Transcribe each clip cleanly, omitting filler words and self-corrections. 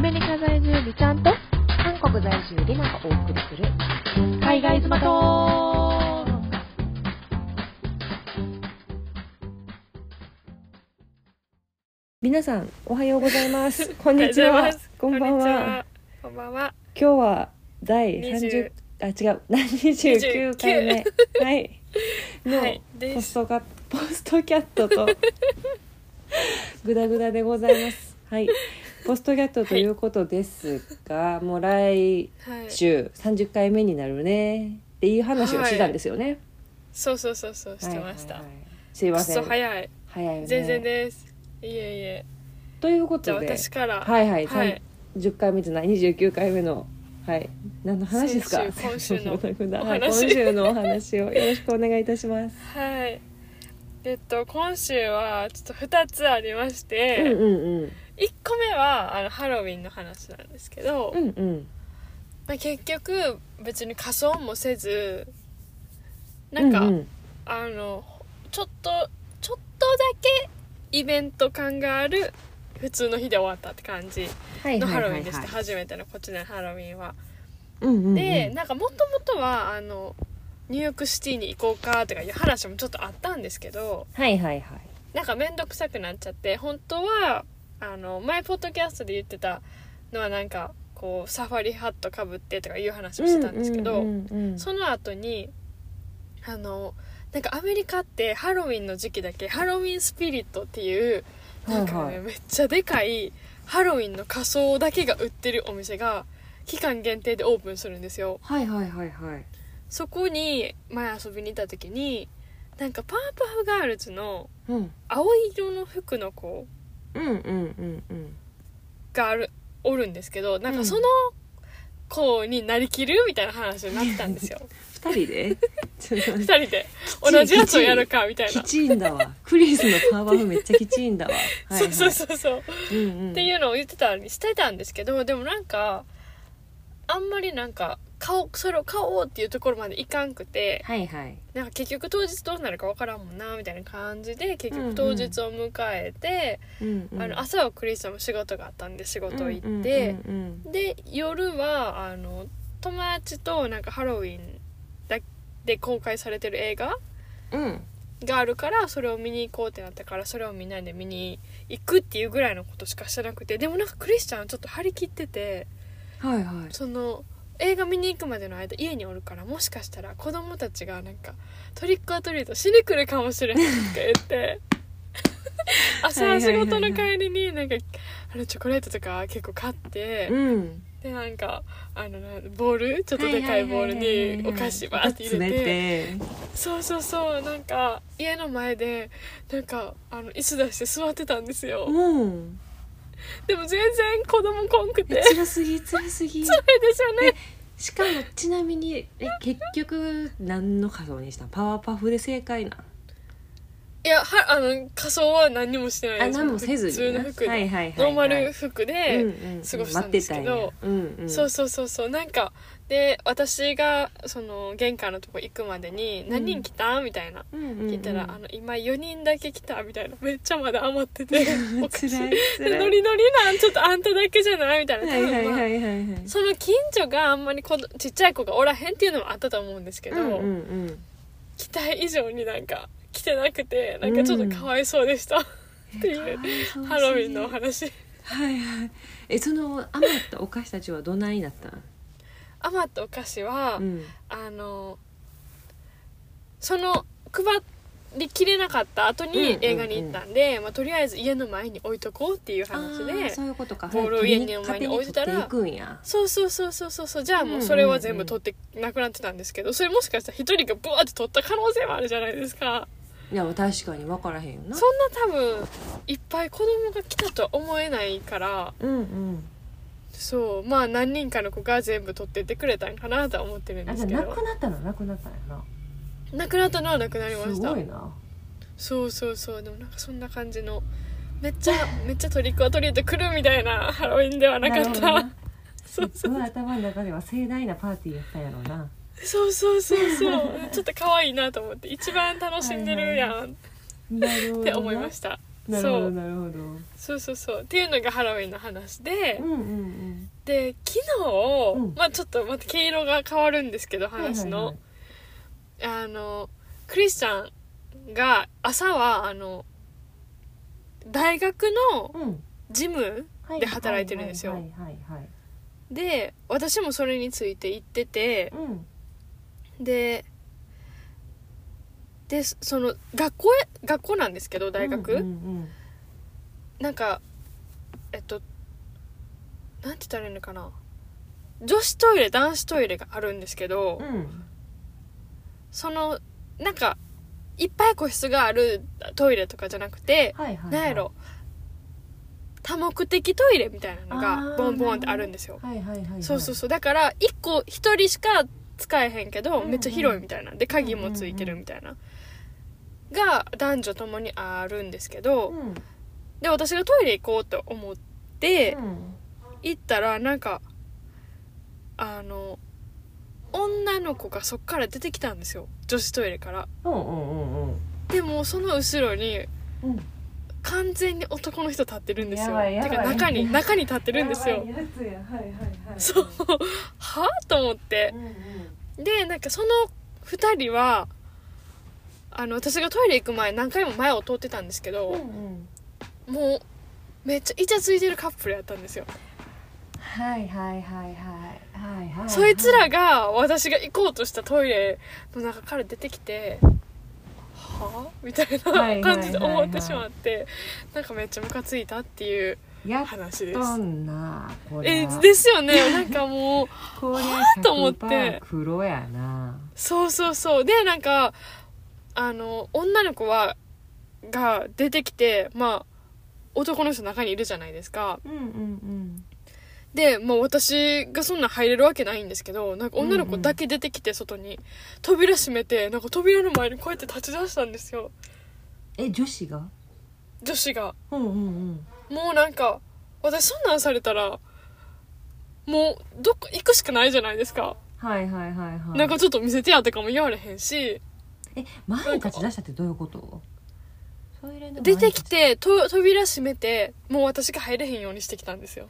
メリカ在住美ちゃんと韓国在住リナがお送りする海外妻と皆さんおはようございますこんにちはこんばんは。 こんばんは。 今日は第29回目はいの、 はい、でポすストキャットとグダグダでございますはいポストキャットということですが、もう来週30回目になるねっていう話をしてたんですよね、 そうしてました、 すいませんくそ早いよね全然です。いえということで、 じゃあ私からはい10回目じゃない29回目の何の話ですか。 今週のお話、 今週のお話をよろしくお願いいたします。 はい。今週はちょっと2つありまして、1個目はハロウィンの話なんですけど、結局別に仮装もせずなんか、ちょっとだけイベント感がある普通の日で終わったって感じのハロウィンでした。初めてのこっちのハロウィンは、でなんかもともとはニューヨークシティに行こうかとかいう話もちょっとあったんですけど、なんかめんどくさくなっちゃって、本当は前ポッドキャストで言ってたのはなんかこうサファリハットかぶってとかいう話をしてたんですけど、その後になんかアメリカってハロウィンの時期だけハロウィンスピリットっていうなんかね、めっちゃでかいハロウィンの仮装だけが売ってるお店が期間限定でオープンするんですよ。そこに前遊びに行った時になんかパーパフガールズの青色の服の子がおるんですけど、なんかその子になりきるみたいな話になってたんですよ 2人で 2人で同じやつをやるかみたいな。 きちいんだわクリスのパーパフめっちゃきちいんだわそうっていうのを言ってたりしてたんですけど、でもなんかあんまりなんかそれを買おうっていうところまでいかんくて、なんか結局当日どうなるかわからんもんなみたいな感じで結局当日を迎えて、朝はクリスも仕事があったんで仕事行って、で夜は友達となんかハロウィンで公開されてる映画があるからそれを見に行こうってなったから、それをみんなで見に行くっていうぐらいのことしかしてなくて、でもなんかクリスチャンはちょっと張り切ってて、その映画見に行くまでの間家におるから、もしかしたら子供たちがなんかトリックアトリートしに来るかもしれないとか言って朝仕事の帰りになんかチョコレートとか結構買って、でなんかボールちょっとでかいボールにお菓子バーって入れて、そうなんか家の前でなんか椅子出して座ってたんですよ。でも全然子供こんくて辛すぎ辛いですよね。しかもちなみに結局何の仮装にしたん？パワーパフで正解な？ いや仮装は何にもしてないです。 何もせずに普通の服で、ノーマル服で過ごしたんですけど、そうなんかで私がその玄関のとこ行くまでに何人来たみたいな聞いたら、今4人だけ来たみたいな、めっちゃまだ余ってておかしいノリノリなんちょっとあんただけじゃないみたいな、その近所があんまりちっちゃい子がおらへんっていうのもあったと思うんですけど、期待以上になんか来てなくて、なんかちょっとかわいそうでした、っていうハロウィンのお話。 その余ったお菓子たちはどないなったん？ 余ったお菓子は、その配りきれなかった後に映画に行ったんで、とりあえず家の前に置いとこうっていう話で、 そういうことか。 ボールを家の前に置いてたら、そうじゃあもうそれは全部取ってなくなってたんですけど、それもしかしたら一人がブワーって取った可能性もあるじゃないですか。 いや確かに分からへんよな。 そんな多分いっぱい子供が来たとは思えないから、そう何人かの子が全部取ってってくれたんかなとは思ってるんですけど。 なくなったのはなくなったんやな。 なくなったのはなくなりました。 すごいな。 そうでもなんかそんな感じのめっちゃトリックアトリート来るみたいなハロウィンではなかった。 そう頭の中では盛大なパーティーやったんやろうな。 そうちょっと可愛いなと思って、一番楽しんでるやんって思いました。 なるほどなるほど。 そうそうそうっていうのがハロウィンの話で、 うんうんうん、 で昨日、まあちょっとまた毛色が変わるんですけど話の、はいはいはい、クリスチャンが朝は大学のジムで働いてるんですよ。で私もそれについて行ってて、でその学校なんですけど大学、なんかなんて言ったらいいのかな、女子トイレ男子トイレがあるんですけど、そのなんかいっぱい個室があるトイレとかじゃなくて、なんやろ多目的トイレみたいなのがボンボンってあるんですよ。そうそうそう、だから1人しか使えへんけど、めっちゃ広いみたいなで鍵もついてるみたいな、が男女ともにあるんですけど、で私がトイレ行こうと思って、行ったらなんか女の子がそっから出てきたんですよ、女子トイレから。でもその後ろに、完全に男の人立ってるんですよ。てか中に立ってるんですよ。そうはぁと思って、でなんかその2人は私がトイレ行く前何回も前を通ってたんですけど、もうめっちゃイチャついてるカップルやったんですよ。そいつらが私が行こうとしたトイレの中から出てきて、はぁみたいな感じで思ってしまって、なんかめっちゃムカついたっていう話です。ですよね。なんかもうはぁと思って、 黒やな。 そうそうそう。でなんか女の子が出てきて、まあ男の人の中にいるじゃないですか。で、まあ私がそんな入れるわけないんですけど、なんか女の子だけ出てきて外に扉閉めて、なんか扉の前にこうやって立ち出したんですよ。 女子がもうなんか私そんなんされたらもうどっか行くしかないじゃないですか。なんかちょっと見せてやとかも言われへんし。 前に立ち出したってどういうこと？ 出てきて扉閉めて、もう私が入れへんようにしてきたんですよ。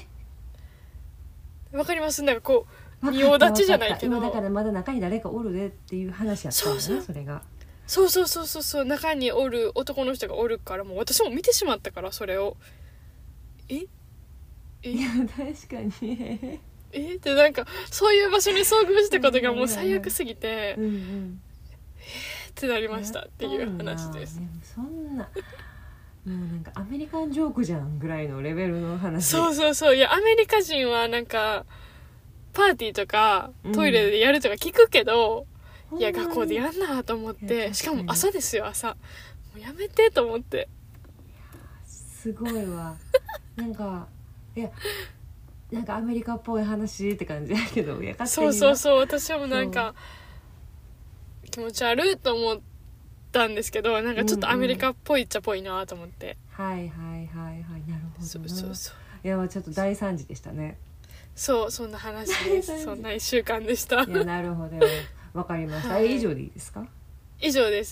わかります？なんかこう仁王立ちじゃないけど、 だからまだ中に誰かおるでっていう話やったんだね。それがそう中におる男の人がおるから、もう私も見てしまったからそれをいや確かにってなんかそういう場所に遭遇したことがもう最悪すぎて、ってなりましたっていう話です。 そんなもうなんかアメリカンジョークじゃんぐらいのレベルの話。 そういやアメリカ人はなんかパーティーとかトイレでやるとか聞くけど、いや学校でやんなと思って、しかも朝ですよ。朝もうやめてと思って。 すごいわなんかアメリカっぽい話って感じだけど、 そう私もなんか気持ち悪いと思ったんですけど、なんかちょっとアメリカっぽいっちゃぽいなと思って、 なるほどな。 そういやちょっと大惨事でしたね。 そんな話ですそんな1週間でした。 いやなるほどわかりました、以上でいいですか？ 以上です。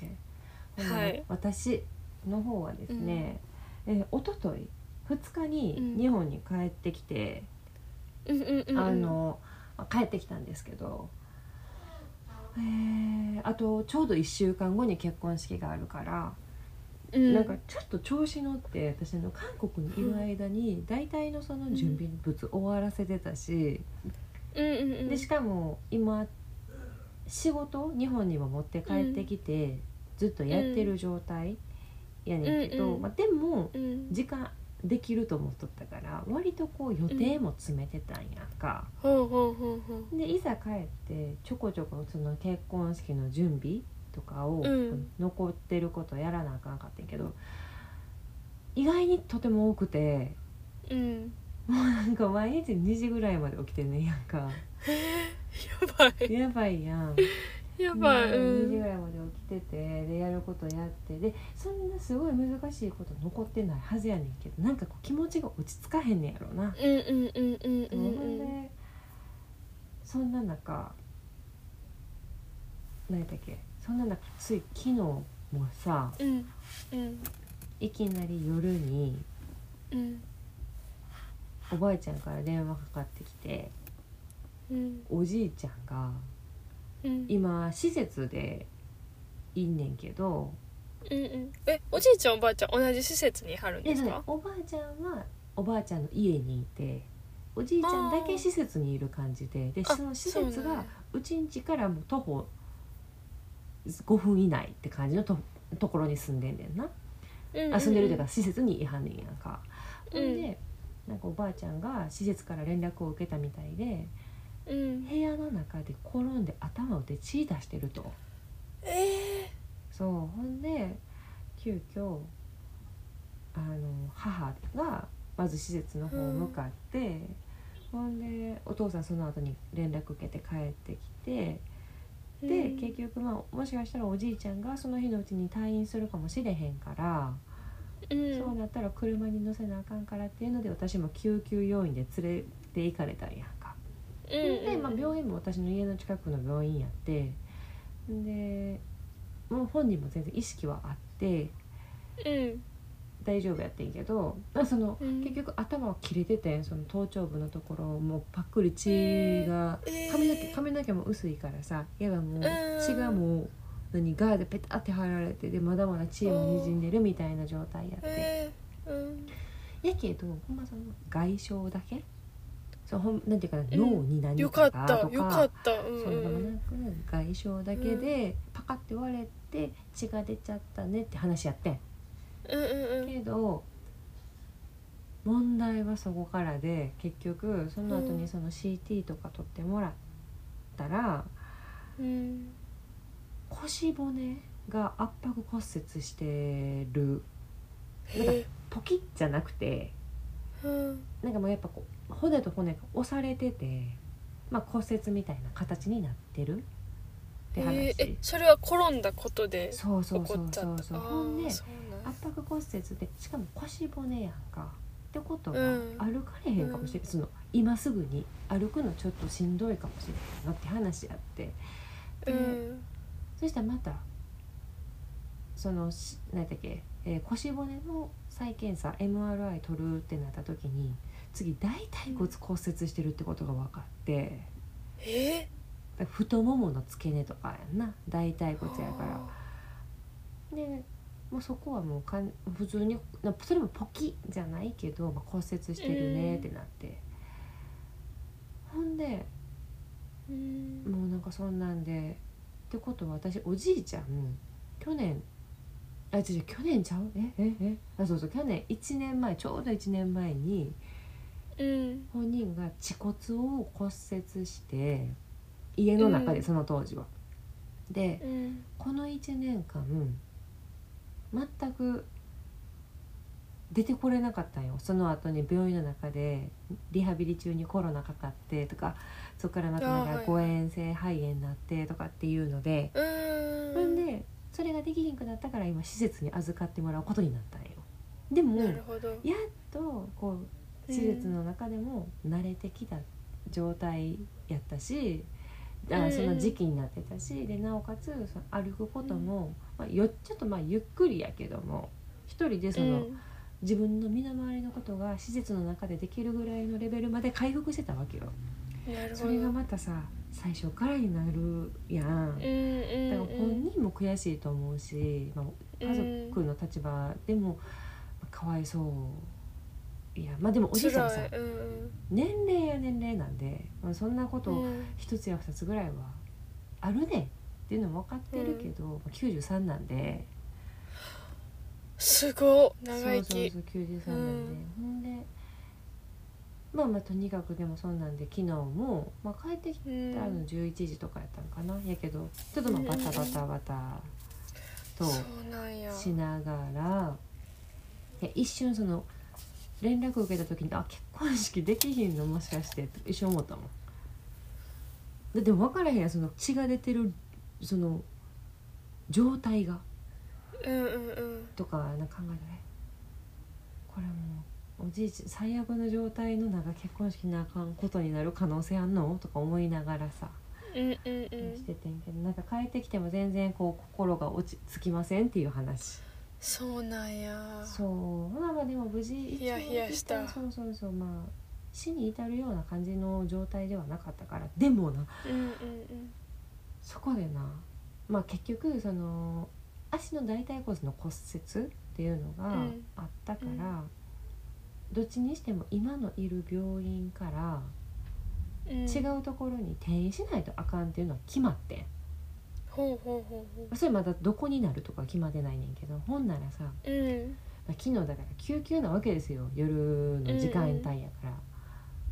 私の方はですね、おととい2日に日本に帰ってきて、帰ってきたんですけど、あとちょうど1週間後に結婚式があるから、なんかちょっと調子乗って私の韓国にいる間に大体のその準備物終わらせてたし、でしかも今仕事日本にも持って帰ってきて、ずっとやってる状態やねんけど、でも時間できると思っとったから割とこう予定も詰めてたんやんか、でいざ帰ってちょこちょこその結婚式の準備とかを、残ってることやらなあかんかったんやけど、意外にとても多くて、もうなんか毎日2時ぐらいまで起きてんねんやんか。やばいやん。2時ぐらいまで起きてて、でやることやって、でそんなすごい難しいこと残ってないはずやねんけど、なんかこう気持ちが落ち着かへんねんやろな。ほんでそんな中何だっけ、そんな中つい昨日もさ、 いきなり夜に、おばあちゃんから電話かかってきて、おじいちゃんが、今施設でいんねんけど、 おじいちゃんおばあちゃん同じ施設に入るんですか？ おばあちゃんはおばあちゃんの家にいて、おじいちゃんだけ施設にいる感じで、その施設がうちん家からも徒歩5分以内って感じのところに住んでんねんな、住んでるというか施設にいはんねんやんか。ほんでなんかおばあちゃんが施設から連絡を受けたみたいで、部屋の中で転んで頭を打って血出してると。そうほんで急遽母がまず施設の方向かって、ほんでお父さんその後に連絡受けて帰ってきて、で結局もしかしたらおじいちゃんがその日のうちに退院するかもしれへんから、そうなったら車に乗せなあかんからっていうので、私も救急要員で連れて行かれたんやんか。で、病院も私の家の近くの病院やって、でもう本人も全然意識はあって、大丈夫やってんけど、結局頭は切れてて、その頭頂部のところもうパックリ血が、髪の毛も薄いからさ、やがもう血がもうガーでペタって貼られて、でまだまだ血もにじんでるみたいな状態やって、やけどほんまその外傷だけ、なんていうかな、脳に何かがとか、そうでもなく外傷だけでパカって割れて血が出ちゃったねって話やってん。けど問題はそこからで、結局その後にその CT とか取ってもらったら、腰骨が圧迫骨折してる。なんかポキッじゃなくて、なんかもうやっぱこう骨と骨が押されてて、骨折みたいな形になってるって話。 それは転んだことで起こっちゃった。 ほんで圧迫骨折で、しかも腰骨やんかってことは歩かれへんかもしれない、その今すぐに歩くのちょっとしんどいかもしれへんなって話あって、そしたらまたその何だっけ、腰骨の再検査 MRI 取るってなった時に、次大腿骨骨折してるってことが分かって、太ももの付け根とかやんな、大腿骨やから。でもうそこはもう普通にそれもポキじゃないけど、骨折してるねってなって、ほんでもうなんかそんなんで、ってことは私おじいちゃん去年去年ちゃうそう去年1年前、ちょうど1年前に、本人が恥骨を骨折して家の中で、その当時はで、この1年間全く出てこれなかったんよ。その後に病院の中でリハビリ中にコロナかかってとか、そこからまたなんか誤嚥性肺炎になってとかっていうので、なんでそれができひんくなったから今施設に預かってもらうことになったんよ。でもやっとこう施設の中でも慣れてきた状態やったし、その時期になってたし、でなおかつその歩くことも、ちょっとゆっくりやけども一人でその、自分の身の回りのことが施設の中でできるぐらいのレベルまで回復してたわけよ。それがまたさ最初からになるやん。だから本人も悔しいと思うし、家族の立場でもかわいそういや、でもおじいちゃんさ、年齢なんで、そんなこと一つや二つぐらいはあるねんっていうのも分かってるけど、93なんで、 すごい長生き。 そう93なんで、ほんでとにかくでもそんなんで、昨日も、帰ってきたの11時とかやったのかな、やけどちょっとバタバタとしながら、一瞬その連絡受けた時に、結婚式できひんのもしかしてって一瞬思ったもん。でも分からへんやん、その血が出てるその状態が、とか考えたら、これもうおじいちゃん最悪の状態の中結婚式なあかんことになる可能性あんのとか思いながらさ、しててんけど、なんか帰ってきても全然こう心が落ち着きませんっていう話。 そうなんや。 そうまあでも無事ヒヤヒヤした。 そうまあ死に至るような感じの状態ではなかったから。でもな、そこでなまあ結局その足の大腿骨の骨折っていうのがあったから、どっちにしても今のいる病院から違うところに転院しないとあかんっていうのは決まってん。それまだどこになるとか決まってないねんけど、ほんならさ、まあ、昨日だから救急なわけですよ、夜の時間帯やから、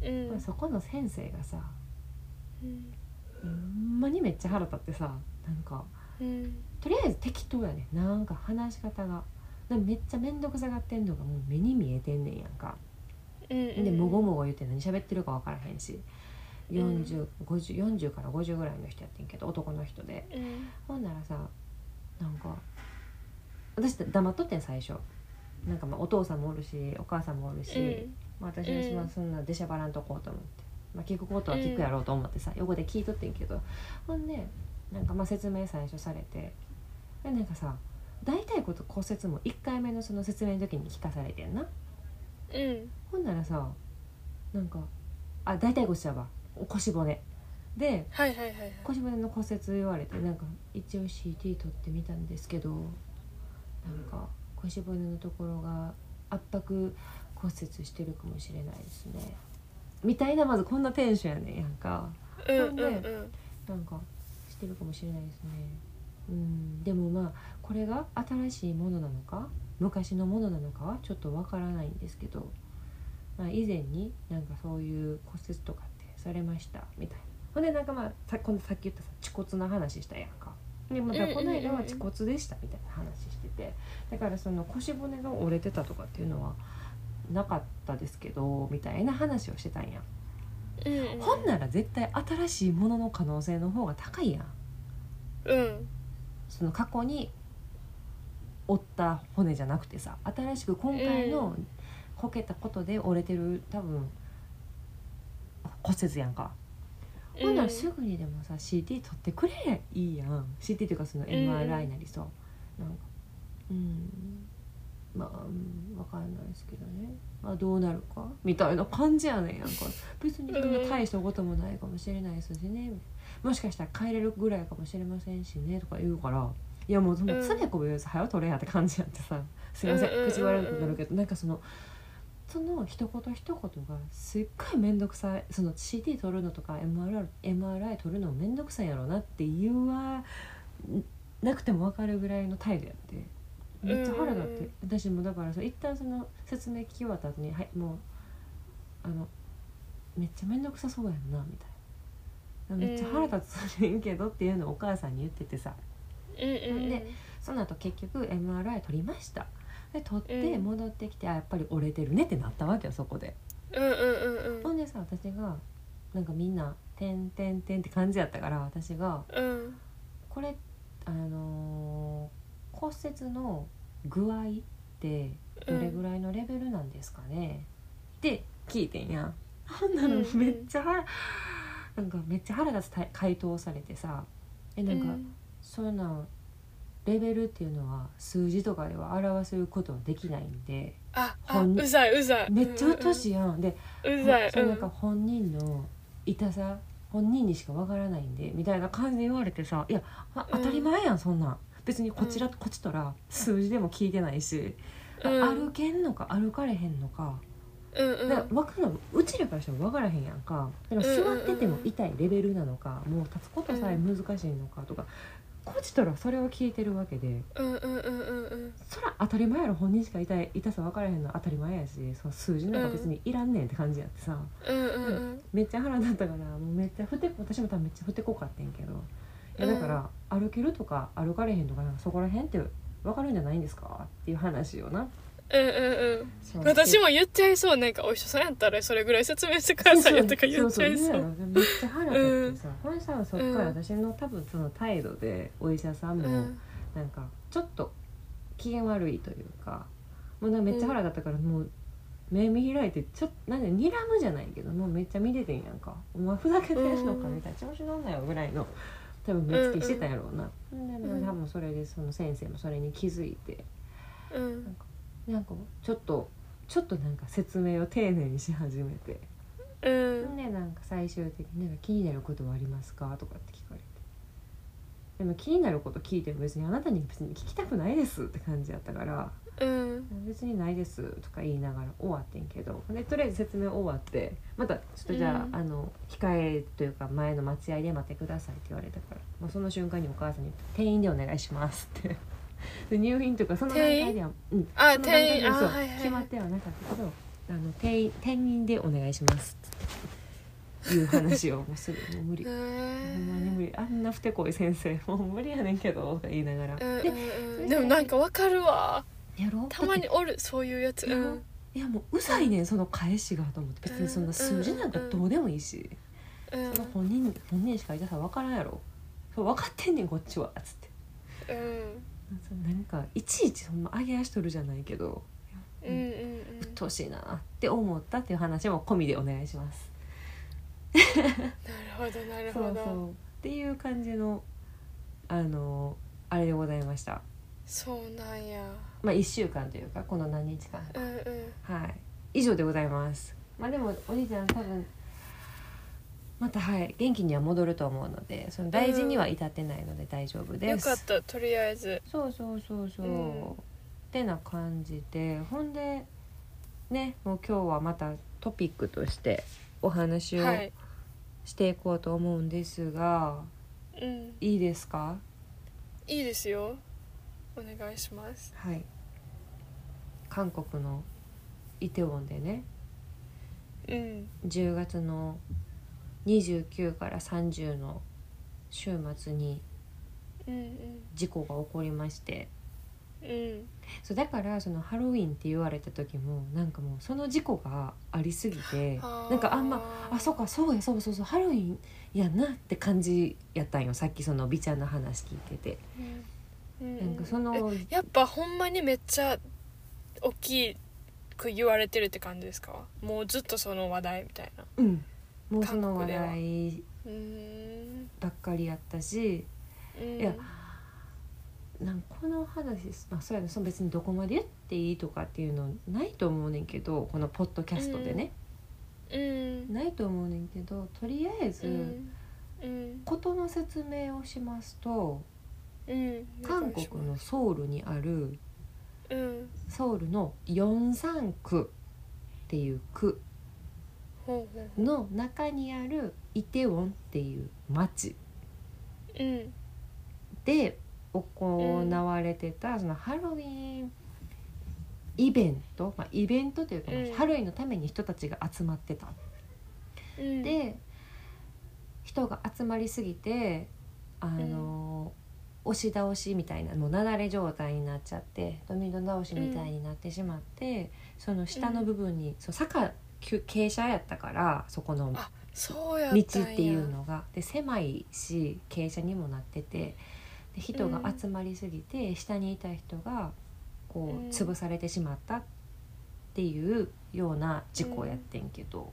まあ、そこの先生がさ、ほんまにめっちゃ腹立ってさ、なんか、とりあえず適当やねん、なんか話し方がめっちゃ面倒くさがってんのがもう目に見えてんねんやんか、でもごもご言って何喋ってるか分からへんし、40から50ぐらいの人やってんけど、男の人で、ほんならさ、なんか私黙っとってん最初、なんかまあお父さんもおるしお母さんもおるし、まあ、私はそんな出しゃばらんとこうと思って、まあ、聞くことは聞くやろうと思ってさ、横で聞いとってんけど、ほんでなんかまあ説明最初されて、でなんかさ大腿骨骨折も1回目のその説明の時に聞かされてんな、ほんならさ、なんか大腿骨ちゃうわ、腰骨で、腰骨の骨折言われて、なんか一応 CT 取ってみたんですけど、なんか腰骨のところが圧迫骨折してるかもしれないですねみたいな、まずこんなテンションやねんやんか。ほんでなんかしてるかもしれないですね、でもまあこれが新しいものなのか昔のものなのかはちょっとわからないんですけど、まあ、以前になんかそういう骨折とかってされましたみたいな。ほんでなんかまあさっき言ったさ恥骨の話したやんか。でまたこの間は恥骨でしたみたいな話してて、だからその腰骨が折れてたとかっていうのはなかったですけどみたいな話をしてたんや、ほんなら絶対新しいものの可能性の方が高いやん、その過去に折った骨じゃなくてさ、新しく今回のこけたことで折れてる多分骨折やんか。ほんならすぐにでもさ CT 取ってくれりゃいいやん。 CT っていうかその MRI なりさ、なんかまあ分かんないですけどね、まあどうなるかみたいな感じやねんやんか。別にそんな大したこともないかもしれないですしね、もしかしたら帰れるぐらいかもしれませんしねとか言うから、いやもうつべこべ言うと早取れやって感じやってさ、すいません口悪くなるけど、なんかその一言一言がすっごい面倒くさい。その CT 取るのとか MRI 取るのも面倒くさいやろうなって言わなくても分かるぐらいの態度やって、めっちゃ腹立って、私もだからさ一旦その説明聞き終わった後に、はいもうめっちゃ面倒くさそうやんなみたいな、めっちゃ腹立つねんけどっていうのをお母さんに言っててさ、でその後結局 MRI 取りました。で取って戻ってきて、やっぱり折れてるねってなったわけよそこで。ほんでさ、私がなんかみんなてんてんてんって感じやったから、私が、これ骨折の具合ってどれぐらいのレベルなんですかね、って聞いてんや。ほんなのめっちゃなんかめっちゃ腹立つ回答されてさ、なんか、そういうのレベルっていうのは数字とかでは表すことはできないんで、 うざいうざい、 めっちゃうっとしいやん、でうざい、 なんか本人の痛さ本人にしかわからないんでみたいな感じで言われてさ、いや、当たり前やんそんなん、別にこっちとら数字でも聞いてないし、歩けんのか歩かれへんのか、だから分からん、うちらからしても分からへんやんか。だから座ってても痛いレベルなのか、もう立つことさえ難しいのかとか、こっちとらそれを聞いてるわけで、そら当たり前やろ、本人しか痛さ分からへんのは当たり前やし、その数字なんか別にいらんねんって感じやってさ、めっちゃ腹立ったから、もうめっちゃ私も多分めっちゃふてこかってんけど、いやだから歩けるとか歩かれへんとか、そこら辺って分かるんじゃないんですかっていう話をな。 私も言っちゃいそう、なんかお医者さんやったらそれぐらい説明してくださいよとか言っちゃいそう。 めっちゃ腹立ってさ、これさ、そっから私の多分その態度でお医者さんもなんかちょっと機嫌悪いというか、もうなんかめっちゃ腹立ったから、もう目見開いてちょっとなんで睨むじゃないけど、もうめっちゃ見ててんやんか、お前ふざけてんのかみたいな、調子乗んなよぐらいの多分目つきしてたんやろうな。で多分それでその先生もそれに気づいて、 なんかちょっとなんか説明を丁寧にし始めて、でなんか最終的になんか気になることはありますかとかって聞かれて、でも気になること聞いても別にあなたに別に聞きたくないですって感じやったから、別にないですとか言いながら終わってんけど、でとりあえず説明終わってまたちょっとじゃあ、控えというか前の待合で待ってくださいって言われたから、もうその瞬間にお母さんに店員でお願いしますってで入院とかその段階では、店員決まってはなかったけど、店員でお願いしますっていう話をもうすぐもう無理ほんまに無理、あんなふてこい先生もう無理やねんけどとか言いながら、 でもなんかわかるわ、 やろたまにおるそういうやつ、 いやもううざいねんその返しがと思って、別にそんな数字なんかどうでもいいし、その本人しかいたさ分からんやろ、そう分かってんねんこっちはつって、なんかいちいちそんな上げ足取るじゃないけど、うっとうしいなって思ったっていう話も込みでお願いしますなるほどなるほど、 そうっていう感じのあれでございました。 そうなんや。 まあ1週間というかこの何日間、はい以上でございます。まあでもおじいちゃん多分また元気には戻ると思うので、その大事には至ってないので大丈夫です。 よかったとりあえず。 そう、ってな感じで、ほんでねもう今日はまたトピックとしてお話をしていこうと思うんですが、いいですか？ いいですよ。お願いします。 はい。韓国のイテウォンでね、10月の29から30の週末に事故が起こりまして、そうだからそのハロウィンって言われた時もなんかもうその事故がありすぎて、なんかあんまそうハロウィンやなって感じやったんよ。さっきその美ちゃんの話聞いてて、なんかそのやっぱほんまにめっちゃ大きく言われてるって感じですか？もうずっとその話題みたいな。 もうその話題ばっかりやったし、いやなんかこの話、そうやね、別にどこまで言っていいとかっていうのないと思うねんけど、このポッドキャストでね、ないと思うねんけど、とりあえず、ことの説明をしますと、韓国のソウルにある、ソウルのヨンサン区っていう区の中にあるイテウォンっていう町で行われてたそのハロウィンイベント、イベントというか、ハロウィンのために人たちが集まってた、で人が集まりすぎて押し倒しみたいな、もう雪崩状態になっちゃってドミノ倒しみたいになってしまって、その下の部分に、傾斜やったから、そこの道っていうのがで狭いし傾斜にもなってて、で人が集まりすぎて、下にいた人がこう潰されてしまったっていうような事故やってんけど、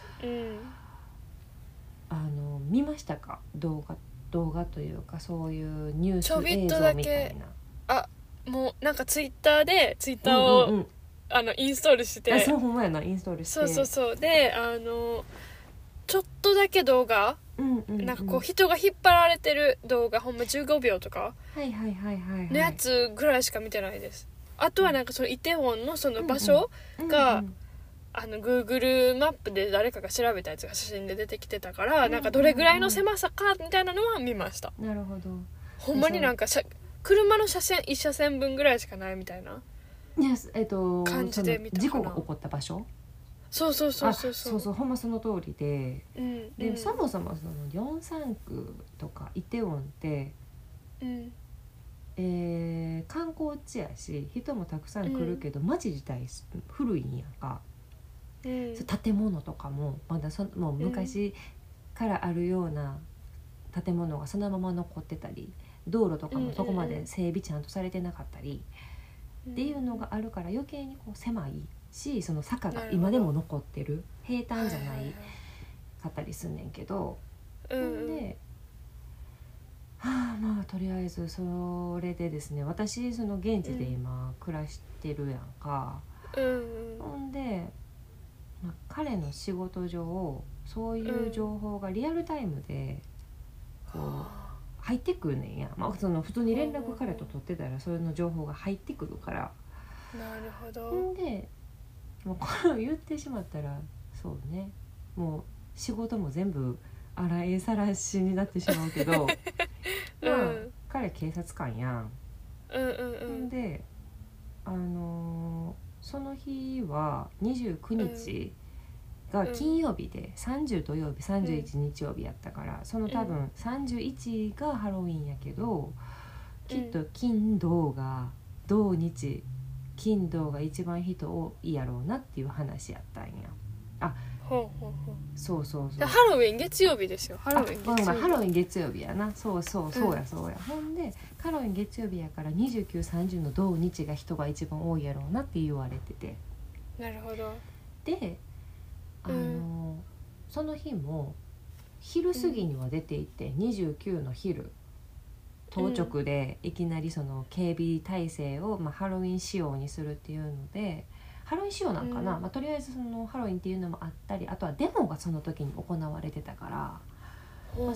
見ましたか？動画というかそういうニュース映像みたいな。 もうなんかツイッターを、インストールして、 そうほんまやな、インストールして、 そうでちょっとだけ動画、なんかこう人が引っ張られてる動画ほんま15秒とかのやつぐらいしか見てないです。あとはなんかそのイテウォンのその場所が、Google マップで誰かが調べたやつが写真で出てきてたから、なんかどれぐらいの狭さかみたいなのは見ました。 なるほど。 ほんまになんか車の車線1車線分ぐらいしかないみたいな感じで見たかな。 事故が起こった場所、そうほんまその通りで、でそもそもそのヨンサン区とかイテウォンって、観光地やし人もたくさん来るけど、街自体古いんやんか、建物とかもまだもう昔からあるような建物がそのまま残ってたり、道路とかもそこまで整備ちゃんとされてなかったり、っていうのがあるから余計にこう狭いし、その坂が今でも残ってる、平坦じゃないかったりすんねんけど、でまあとりあえずそれでですね、私その現地で今暮らしてるやんか、ほんで、彼の仕事上そういう情報がリアルタイムでこう入ってくるねんや、その普通に連絡彼と取ってたらそれの情報が入ってくるから。 なるほど。 ほんでもうこれを言ってしまったらそうね、もう仕事も全部洗いさらしになってしまうけど彼警察官やん。でその日は29日が金曜日で、30土曜日31日曜日やったから、その多分31がハロウィンやけど、きっと金土日金土が一番人多いやろうなっていう話やったんや。そうハロウィン月曜日ですよ。ハロウィン月曜日やな。そうや。ほんでハロウィン月曜日やから29、30の土日が人が一番多いやろうなって言われてて。 なるほど。 でその日も昼過ぎには出ていて、29の昼当直でいきなりその警備体制を、ハロウィン仕様にするっていうので、ハロウィン仕様なんかな、とりあえずそのハロウィンっていうのもあったり、あとはデモがその時に行われてたから、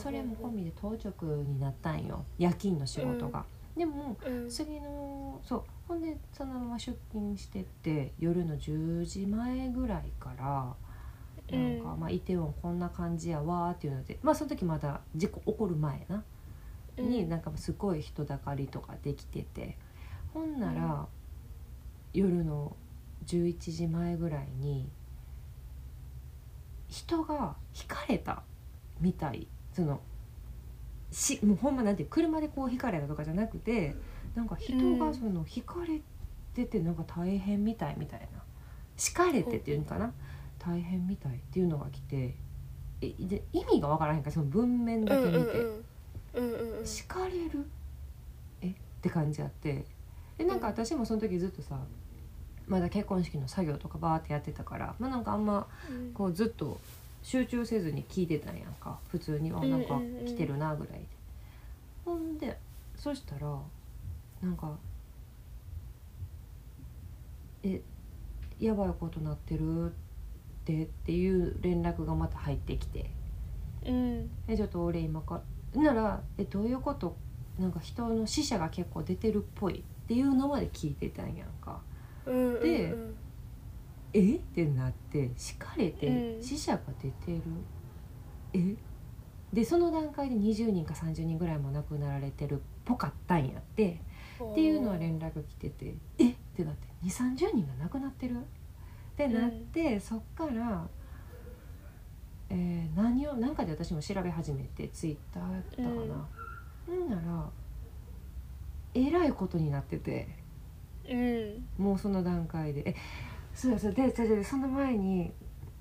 それも込みで当直になったんよ、夜勤の仕事が。でも、次のほんでそのまま出勤してって夜の10時前ぐらいからなんか、イテウォンこんな感じやわっていうので、その時まだ事故起こる前になんかすごい人だかりとかできてて、ほんなら、夜の11時前ぐらいに人がひかれたみたい。もうほんまなんて車でこうひかれたとかじゃなくて、なんか人がそのひかれててなんか大変みたいな、しかれてっていうのかな、大変みたいっていうのが来て、で意味がわからへんから、その文面だけ見て、しかれるって感じあって、でなんか私もその時ずっとさ、まだ結婚式の作業とかバーってやってたから、なんかあんまこうずっと集中せずに聞いてたんやんか、普通になんか来てるなぐらいで。ほんでそしたらなんかやばいことなってるっていう連絡がまた入ってきて、ちょっと俺今からならどういうこと、なんか人の死者が結構出てるっぽいっていうのまで聞いてたんやんか。でってなって、しかれて死者が出てる、でその段階で20人か30人ぐらいも亡くなられてるっぽかったんやっていうのは連絡来てて、ってなって 2,30 人が亡くなってるってなって、そっからなんかで私も調べ始めて、ツイッターやったかな、ならえらいことになってて、もうその段階でそうでその前に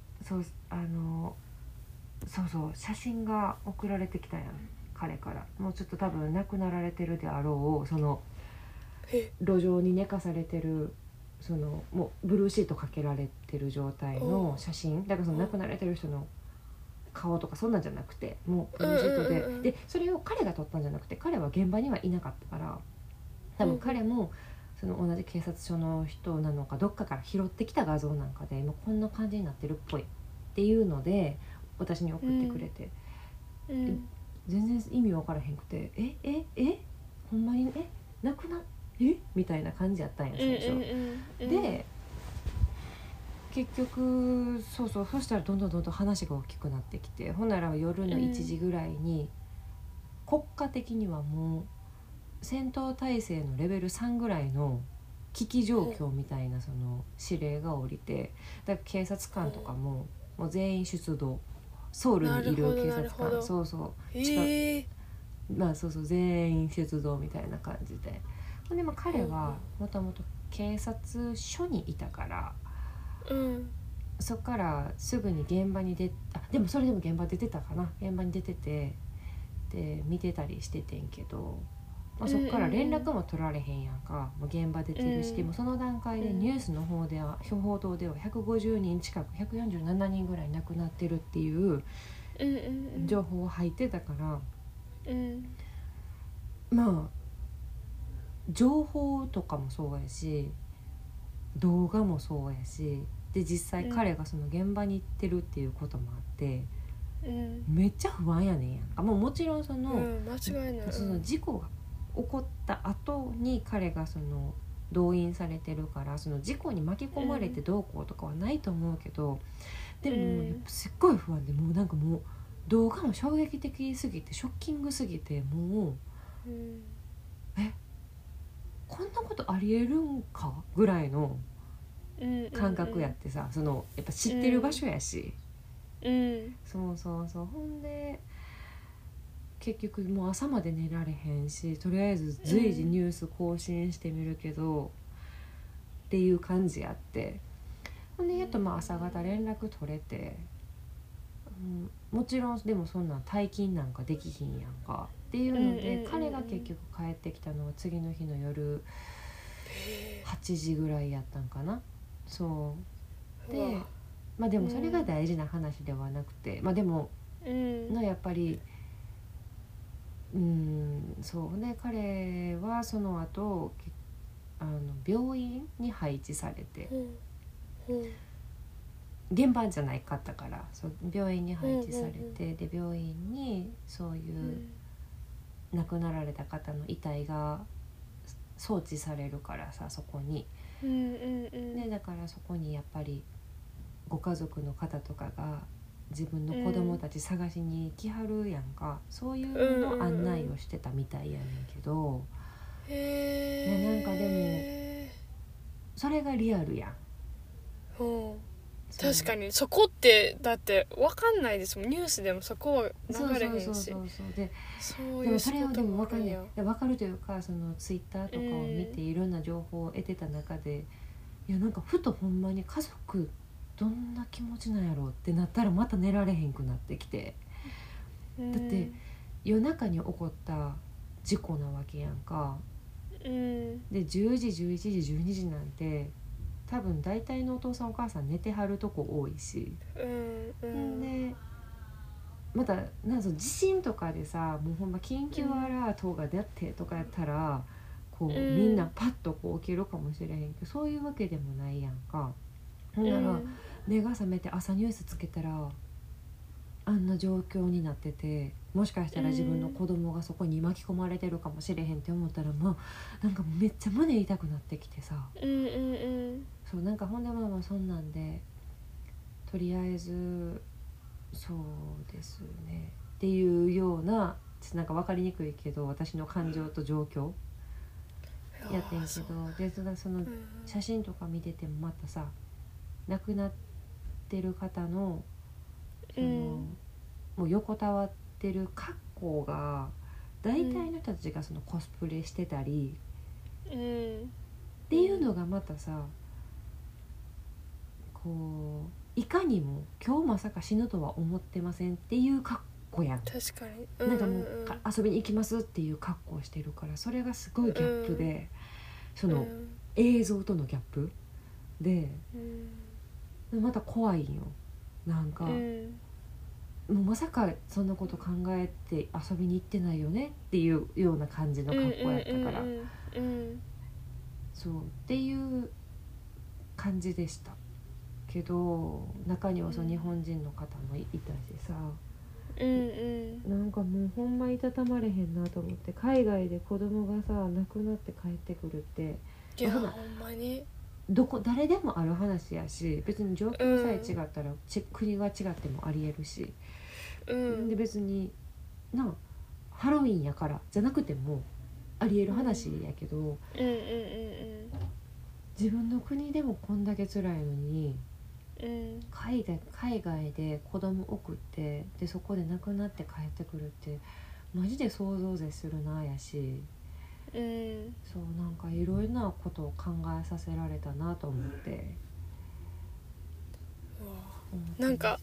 写真が送られてきたやん、彼から。もうちょっと多分亡くなられてるであろう、その路上に寝かされてる、そのもうブルーシートかけられてる状態の写真だから、その亡くなられてる人の顔とかそんなんじゃなくて、もうブルーシートで、それを彼が撮ったんじゃなくて、彼は現場にはいなかったから、多分彼もその同じ警察署の人なのかどっかから拾ってきた画像なんかで、もうこんな感じになってるっぽいっていうので私に送ってくれて、全然意味分からへんくて、ほんまに亡くなみたいな感じやったんや最初、で結局そしたらどんどん話が大きくなってきて、ほんなら夜の1時ぐらいに、国家的にはもう戦闘態勢のレベル3ぐらいの危機状況みたいなその指令が下りて、だから警察官とかもう全員出動、ソウルにいる警察官、全員出動みたいな感じで、でも彼はもともと警察署にいたから、そっからすぐに現場にでもそれでも現場出てたかな、現場に出ててで見てたりしててんけど、そっから連絡も取られへんやんか、もう現場出てるし、もうその段階でニュースの報道では150人近く147人ぐらい亡くなってるっていう情報が入ってたから、 まあ情報とかもそうやし動画もそうやしで実際彼がその現場に行ってるっていうこともあって、めっちゃ不安やねんやんか。もちろんその、 間違いない、 その事故が起こった後に彼がその動員されてるからその事故に巻き込まれてどうこうとかはないと思うけど、でもやっぱすっごい不安でもうなんかもう動画も衝撃的すぎてショッキングすぎてもう、こんなことありえるんかぐらいの感覚やってさ、そのやっぱ知ってる場所やし、そうそうそう。ほんで結局もう朝まで寝られへんしとりあえず随時ニュース更新してみるけど、っていう感じやって、ほんでやっとまあ朝方連絡取れて、もちろんでもそんなん退勤なんかできひんやんかっていうので、彼が結局帰ってきたのは次の日の夜8時ぐらいやったんかな。そうで、まあでもそれが大事な話ではなくて、まあでものやっぱりそうね、彼はその後病院に配置されて、現場じゃないかったからそう病院に配置されて、で病院にそういう亡くなられた方の遺体が送致されるからさ、そこに、でだからそこにやっぱりご家族の方とかが自分の子供たち探しに来はるやんか、そういうの案内をしてたみたいやねんけど、なんかでもそれがリアルやん。 確かにそこってだって分かんないですもん、ニュースでもそこは流れへんし、 でもそれをでも分かんない、分かるというか、そのツイッターとかを見ていろんな情報を得てた中で、いやなんかふとほんまに家族どんな気持ちなんやろうってなったらまた寝られへんくなってきて、だって夜中に起こった事故なわけやんか、で10時11時12時なんて多分大体のお父さんお母さん寝てはるとこ多いし、でまたなんか地震とかでさ、もうほんま緊急アラートが出てとかやったらこうみんなパッとこう起きるかもしれへんけど、そういうわけでもないやんか。ほんなら目が覚めて朝ニュースつけたらあんな状況になってて、もしかしたら自分の子供がそこに巻き込まれてるかもしれへんって思ったら、まあなんかめっちゃ胸痛くなってきてさ、そうなんかほんでまあそんなんでとりあえずそうですねっていうような、ちょっとなんか分かりにくいけど私の感情と状況やってんけど、でその写真とか見ててもまたさ、亡くなってる方のその、もう横たわってる格好が大体の人たちがそのコスプレしてたり、っていうのがまたさ、こういかにも今日まさか死ぬとは思ってませんっていう格好やん。 確かに、 なんかもう遊びに行きますっていう格好をしてるから、それがすごいギャップで、その映像とのギャップで、また怖いんよ。なんか、もうまさかそんなこと考えて遊びに行ってないよねっていうような感じの格好やったから、そうっていう感じでしたけど、中にはその日本人の方もいたしさ、なんかもうほんまいたたまれへんなと思って、海外で子供がさ亡くなって帰ってくるって、 いやほんまに誰でもある話やし、別に状況さえ違ったら、国が違ってもありえるし、で別になハロウィンやからじゃなくてもありえる話やけど、自分の国でもこんだけ辛いのに、海外で子供送って、でそこで亡くなって帰ってくるってマジで想像を絶するなやし、そうなんかいろいろなことを考えさせられたなと思ってなんか、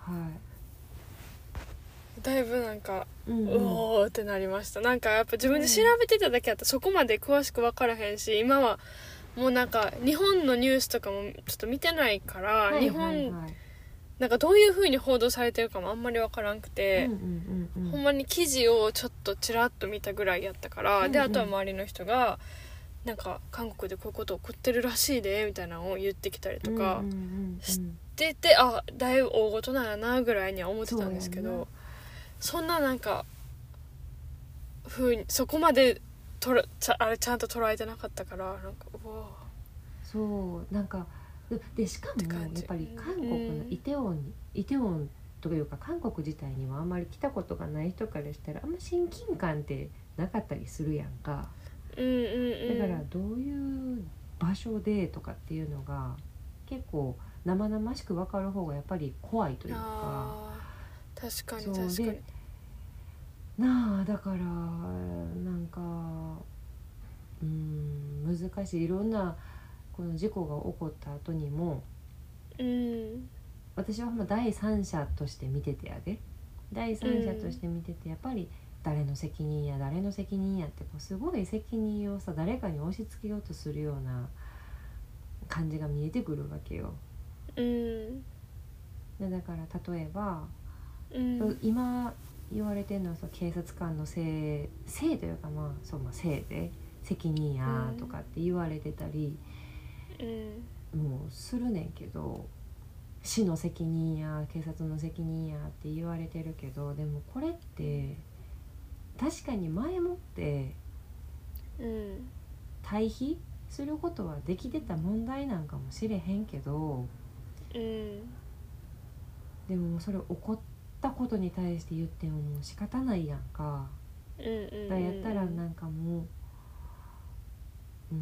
だいぶなんか、おーってなりました。なんかやっぱ自分で調べてただけだったらそこまで詳しく分からへんし、今はもうなんか日本のニュースとかもちょっと見てないから、日本なんかどういう風に報道されてるかもあんまり分からんくて、ほんまに記事をちょっとちらっと見たぐらいやったから、であとは周りの人がなんか韓国でこういうこと起こってるらしいでみたいなのを言ってきたりとかしてて、あ、だいぶ大事なんやなぐらいには思ってたんですけど、そんななんか風にそこまであれちゃんと捉えてなかったから、なんかうわそうなんかでしかもやっぱり韓国のイテウォンというか韓国自体にはあんまり来たことがない人からしたらあんま親近感ってなかったりするやんか、だからどういう場所でとかっていうのが結構生々しく分かる方がやっぱり怖いというか、 確かに確かになあ、だからなんか難しい、いろんなこの事故が起こった後にも、私は第三者として見ててやで、第三者として見ててやっぱり誰の責任やってこうすごい責任をさ誰かに押し付けようとするような感じが見えてくるわけよ。だから例えば、今言われてるのは警察官のせいというかせいで責任やとかって言われてたり、もうするねんけど、市の責任や警察の責任やって言われてるけど、でもこれって確かに前もって対比することはできてた問題なんかもしれへんけど、でもそれ起こったことに対して言ってももう仕方ないやんか。だやったらなんかもう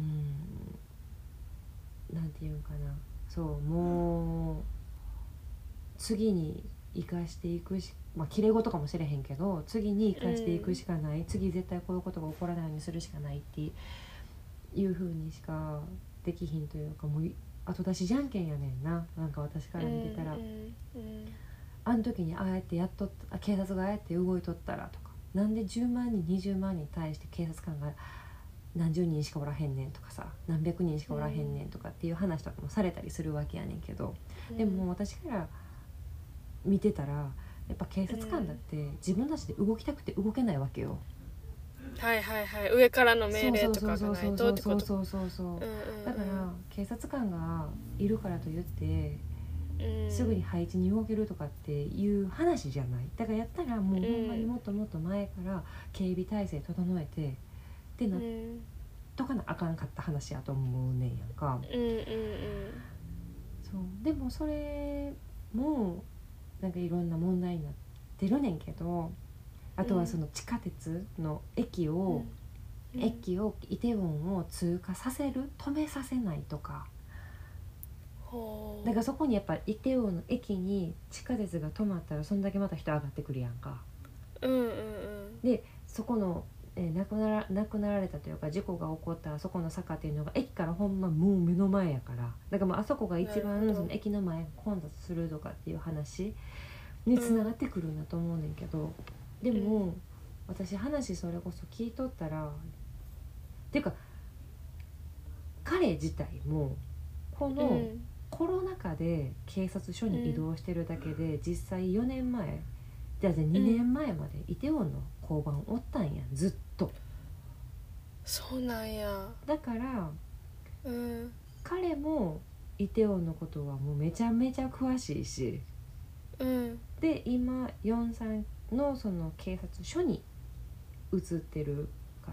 なんていうんかな、そうもう次に生かしていくし、綺麗事かもしれへんけど次に生かしていくしかない、次絶対こういうことが起こらないようにするしかないっていう風にしかできひんというか、もう後出しじゃんけんやねんな。なんか私から見てたら、あの時にああやってやっとった警察がああやって動いとったらとか、なんで10万人20万人に対して警察官が何十人しかおらへんねんとかさ、何百人しかおらへんねんとかっていう話とかもされたりするわけやねんけど、でも私から見てたらやっぱ警察官だって自分たちで動きたくて動けないわけよ。 上からの命令とかがないとってこと。 だから警察官がいるからといってすぐに配置に動けるとかっていう話じゃない。だからやったらもうほんまにもっともっと前から警備体制整えてってなっとかなあかんかった話やと思うねんやんか。そうでもそれもなんかいろんな問題になってるねんけど、あとはその地下鉄の駅をイテウォンを通過させる、止めさせないとか、だからそこにやっぱイテウォンの駅に地下鉄が止まったらそんだけまた人上がってくるやんか。でそこの亡くなられたというか事故が起こったそこの坂っていうのが駅からほんまもう目の前やから、だからもうあそこが一番その駅の前混雑するとかっていう話につながってくるんだと思うねんけど、でも私話それこそ聞いとったらっていうか彼自体もこのコロナ禍で警察署に移動してるだけで実際4年前じゃあ2年前までイテウォンの交番おったんやずっと。 そうなんや。 だから、彼もイテウォンのことはもうめちゃめちゃ詳しいし、で今ヨンさんのその警察署に移ってるから、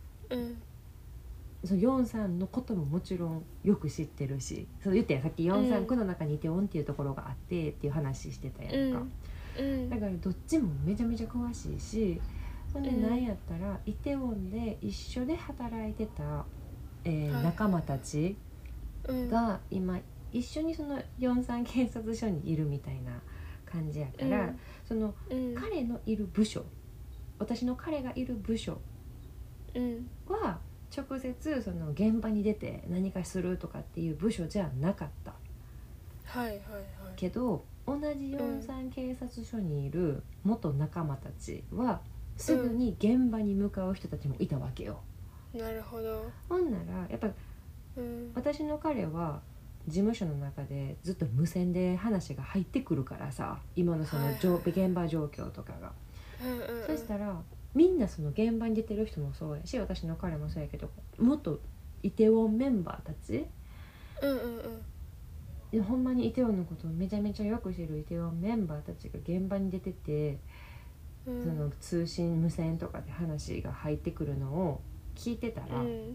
そのヨンさんのことももちろんよく知ってるし、そう言ったやんさっきヨンさん区の中にイテウォンっていうところがあってっていう話してたやんか。だからどっちもめちゃめちゃ詳しいし、ほんでなんやったらイテウォンで一緒で働いてた、仲間たちが今一緒にそのヨンサン警察署にいるみたいな感じやから、その彼のいる部署、私の彼がいる部署は直接その現場に出て何かするとかっていう部署じゃなかった、けど同じヨンサン警察署にいる元仲間たちはすぐに現場に向かう人たちもいたわけよ。 なるほど。 ほんならやっぱ、私の彼は事務所の中でずっと無線で話が入ってくるからさ、今のその、現場状況とかが、そしたらみんなその現場に出てる人もそうやし、私の彼もそうやけど、もっとイテウォンメンバーたち、ほんまにイテウォンのことをめちゃめちゃよく知るイテウォンメンバーたちが現場に出てて、その通信無線とかで話が入ってくるのを聞いてたら、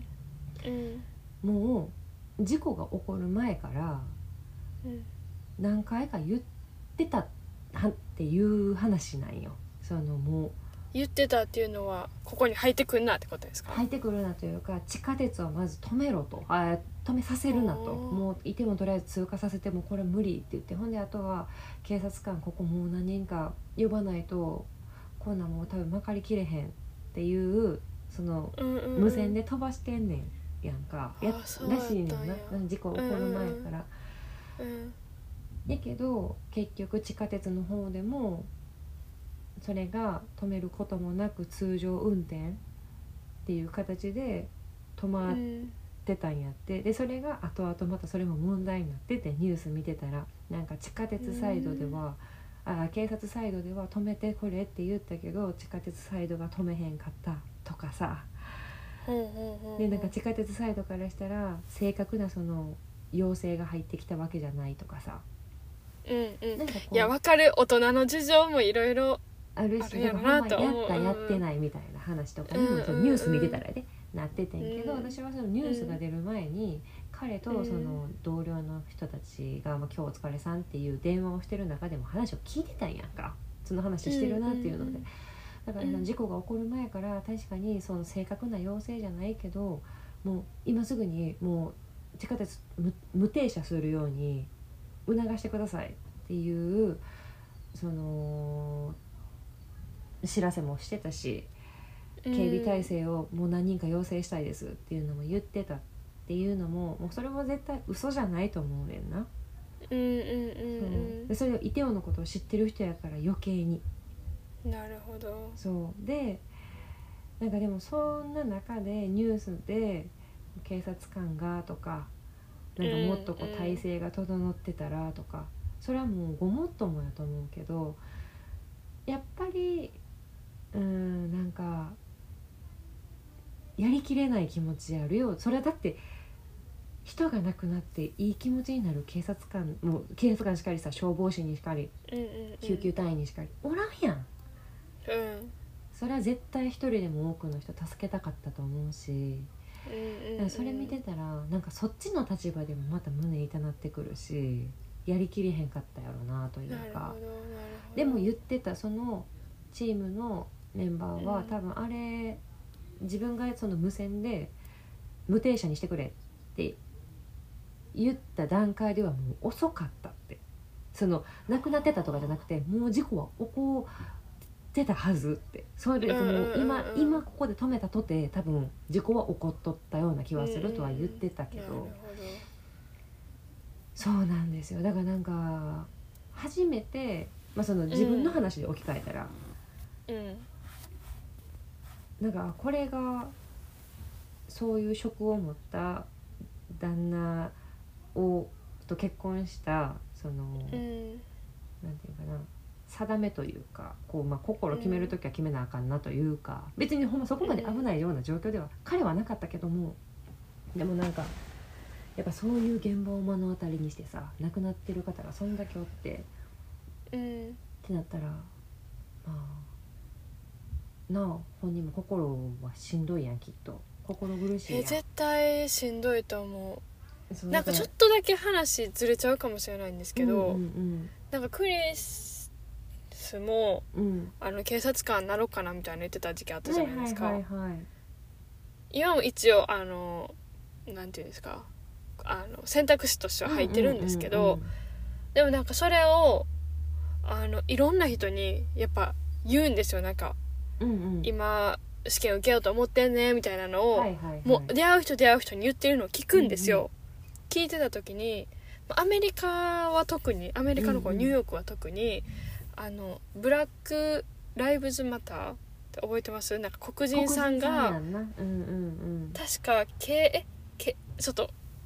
もう事故が起こる前から何回か言ってたっていう話なんよ。そのもう言ってたっていうのはここに入ってくるなってことですか？ 入ってくるなというか、地下鉄をまず止めろと、止めさせるなと、もういてもとりあえず通過させてもこれ無理って言って、ほんであとは警察官ここもう何人か呼ばないとこんなんもう多分まかりきれへんっていう、その無線で飛ばしてんねんやんか、らしいねんな、事故起こる前から、やけど結局地下鉄の方でもそれが止めることもなく通常運転っていう形で止まってたんやって、でそれが後々またそれも問題になってて、ニュース見てたらなんか地下鉄サイドでは、警察サイドでは止めてこれって言ったけど地下鉄サイドが止めへんかったとかさ、でなんか地下鉄サイドからしたら正確なその要請が入ってきたわけじゃないとかさ、 いや分かる、大人の事情もいろいろあるし、だからほんまやったやってないみたいな話とかにもニュース見てたらね、なっててんけど、私はそのニュースが出る前に彼とその同僚の人たちが、今日お疲れさんっていう電話をしてる中でも話を聞いてたんやんか、その話してるなっていうので、だから事故が起こる前から確かにその正確な要請じゃないけど、もう今すぐにもう地下鉄無停車するように促してくださいっていうその知らせもしてたし、警備体制をもう何人か要請したいですっていうのも言ってたっていうのも、もうそれは絶対嘘じゃないと思うねんな。でそれをイテウォンのことを知ってる人やから余計に。 なるほど。 そうで、なんかでもそんな中でニュースで警察官がとか、なんかもっとこう体制が整ってたらとか、それはもうごもっともやと思うけど、やっぱりなんかやりきれない気持ちあるよ。それはだって人が亡くなっていい気持ちになる警察官も、警察官しかりさ、消防士にしかり、救急隊員にしかりおらんやん。それは絶対一人でも多くの人助けたかったと思うし、それ見てたらなんかそっちの立場でもまた胸痛なってくるし、やりきれへんかったやろなというか。でも言ってたそのチームのメンバーは、多分あれ自分がその無線で無停車にしてくれって言った段階ではもう遅かったって、その亡くなってたとかじゃなくて、もう事故は起こってたはずって、それもう今ここで止めたとて多分事故は起こっとったような気はするとは言ってたけど、そうなんですよ。だからなんか初めて、その自分の話で置き換えたら、なんかこれがそういう職を持った旦那と結婚したその、なんていうかな、定めというか、こう、心決めるときは決めなあかんなというか、別にほんまそこまで危ないような状況では彼はなかったけども、でもなんかやっぱそういう現場を目の当たりにしてさ、亡くなってる方がそんだけおって、ってなったら、なあ本人も心はしんどいやん、きっと心苦しいやん。 絶対しんどいと思う。なんかちょっとだけ話ずれちゃうかもしれないんですけど、なんかクリスも、警察官なろうかなみたいな言ってた時期あったじゃないですか。今も一応なんていうんですか、選択肢としては入ってるんですけど、でもなんかそれをいろんな人にやっぱ言うんですよ。なんか、今試験受けようと思ってんねみたいなのを、もう出会う人に言ってるのを聞くんですよ。聞いてた時にアメリカは特に、アメリカのニューヨークは特に、ブラックライブズマターって覚えてます？なんか黒人さんが確かちょっと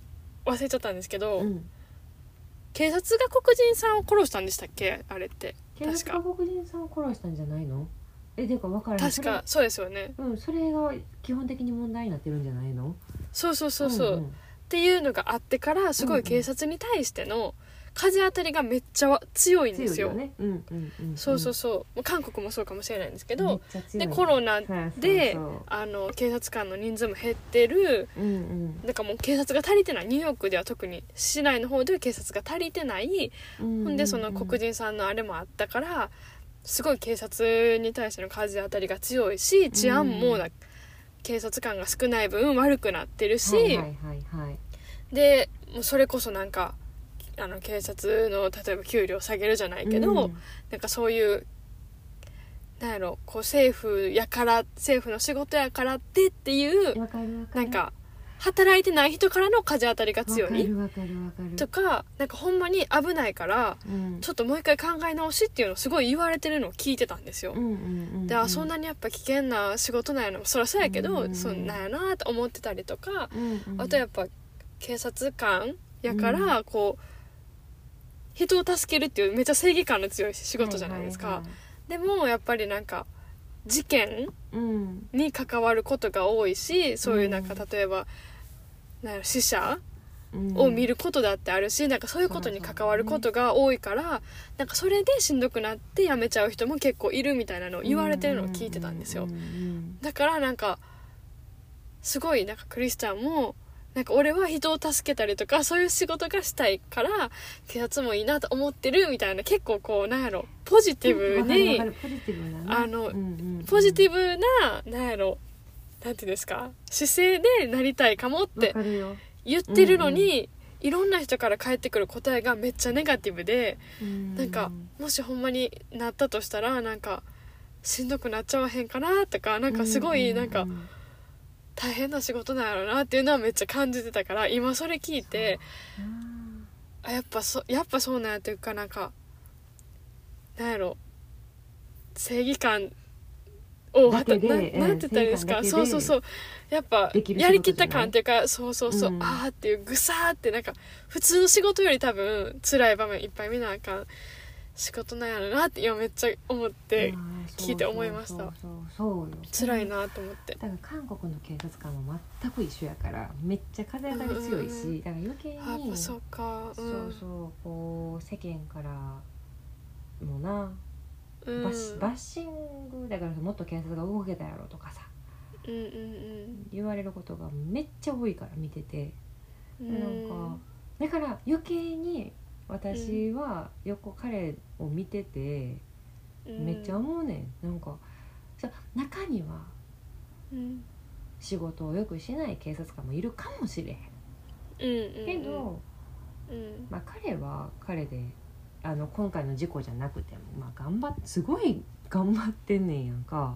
忘れちゃったんですけど、 うん、 警察が黒人さんを殺したんでしたっけ、あれって。 警察が黒人さんを殺したんじゃないの？でか分からない。 確かそうですよね。 うん、それが基本的に問題になってるんじゃないの？ そうそうそうそう、っていうのがあってからすごい警察に対しての風当たりがめっちゃ強いんですよ。 強いよね。 そうそうそう。もう韓国もそうかもしれないんですけど、でコロナで警察官の人数も減ってる、だからもう警察が足りてない、ニューヨークでは特に市内の方では警察が足りてない、ほんでその黒人さんのあれもあったからすごい警察に対しての風当たりが強いし、治安も警察官が少ない分悪くなってるし、でもうそれこそなんか警察の例えば給料下げるじゃないけど、なんかそういうなんやろこう政府の仕事やからっていうなんか働いてない人からの風当たりが強いとか、なんかほんまに危ないから、ちょっともう一回考え直しっていうのをすごい言われてるのを聞いてたんですよ。でそんなにやっぱ危険な仕事なんやの、そりゃそうやけど、そんなんやなと思ってたりとか、あとやっぱ警察官やからこう人を助けるっていうめっちゃ正義感の強い仕事じゃないですか。でもやっぱりなんか事件に関わることが多いし、そういうなんか例えば死者を見ることだってあるし、なんかそういうことに関わることが多いから、なんかそれでしんどくなって辞めちゃう人も結構いるみたいなのを言われてるのを聞いてたんですよ。だからなんかすごいなんかクリスチャンもなんか俺は人を助けたりとかそういう仕事がしたいから警察もいいなと思ってるみたいな、結構こうなんやろポジティブにポジティブななんやろなんていうんですか、姿勢でなりたいかもって言ってるのに、いろんな人から返ってくる答えがめっちゃネガティブで、なんかもしほんまになったとしたらなんかしんどくなっちゃわへんかなとか、なんかすごいなんか大変な仕事なんやろうなっていうのはめっちゃ感じてたから、今それ聞いてやっぱそうなんやっていうか、なんかなんやろ正義感なんて言ったらいいですか、そうそうそう、やっぱやりきった感っていうか、そうそうそう、あーっていうぐさーって、なんか普通の仕事より多分辛い場面いっぱい見なあかん仕事なんやろなって今めっちゃ思って聞いて思いました。そうよ、辛いなと思って。 だから韓国の警察官も全く一緒やからめっちゃ風当たり強いし、だから余計にやっぱそうか、 そうそうこう世間からもなバッシングだから、もっと警察が動けたやろとかさ、言われることがめっちゃ多いから見てて、なんかだから余計に私は彼を見ててめっちゃ思うねん。なんか中には仕事をよくしない警察官もいるかもしれへん、けど、まあ彼は彼で今回の事故じゃなくても、まあ、すごい頑張ってんねんやんか。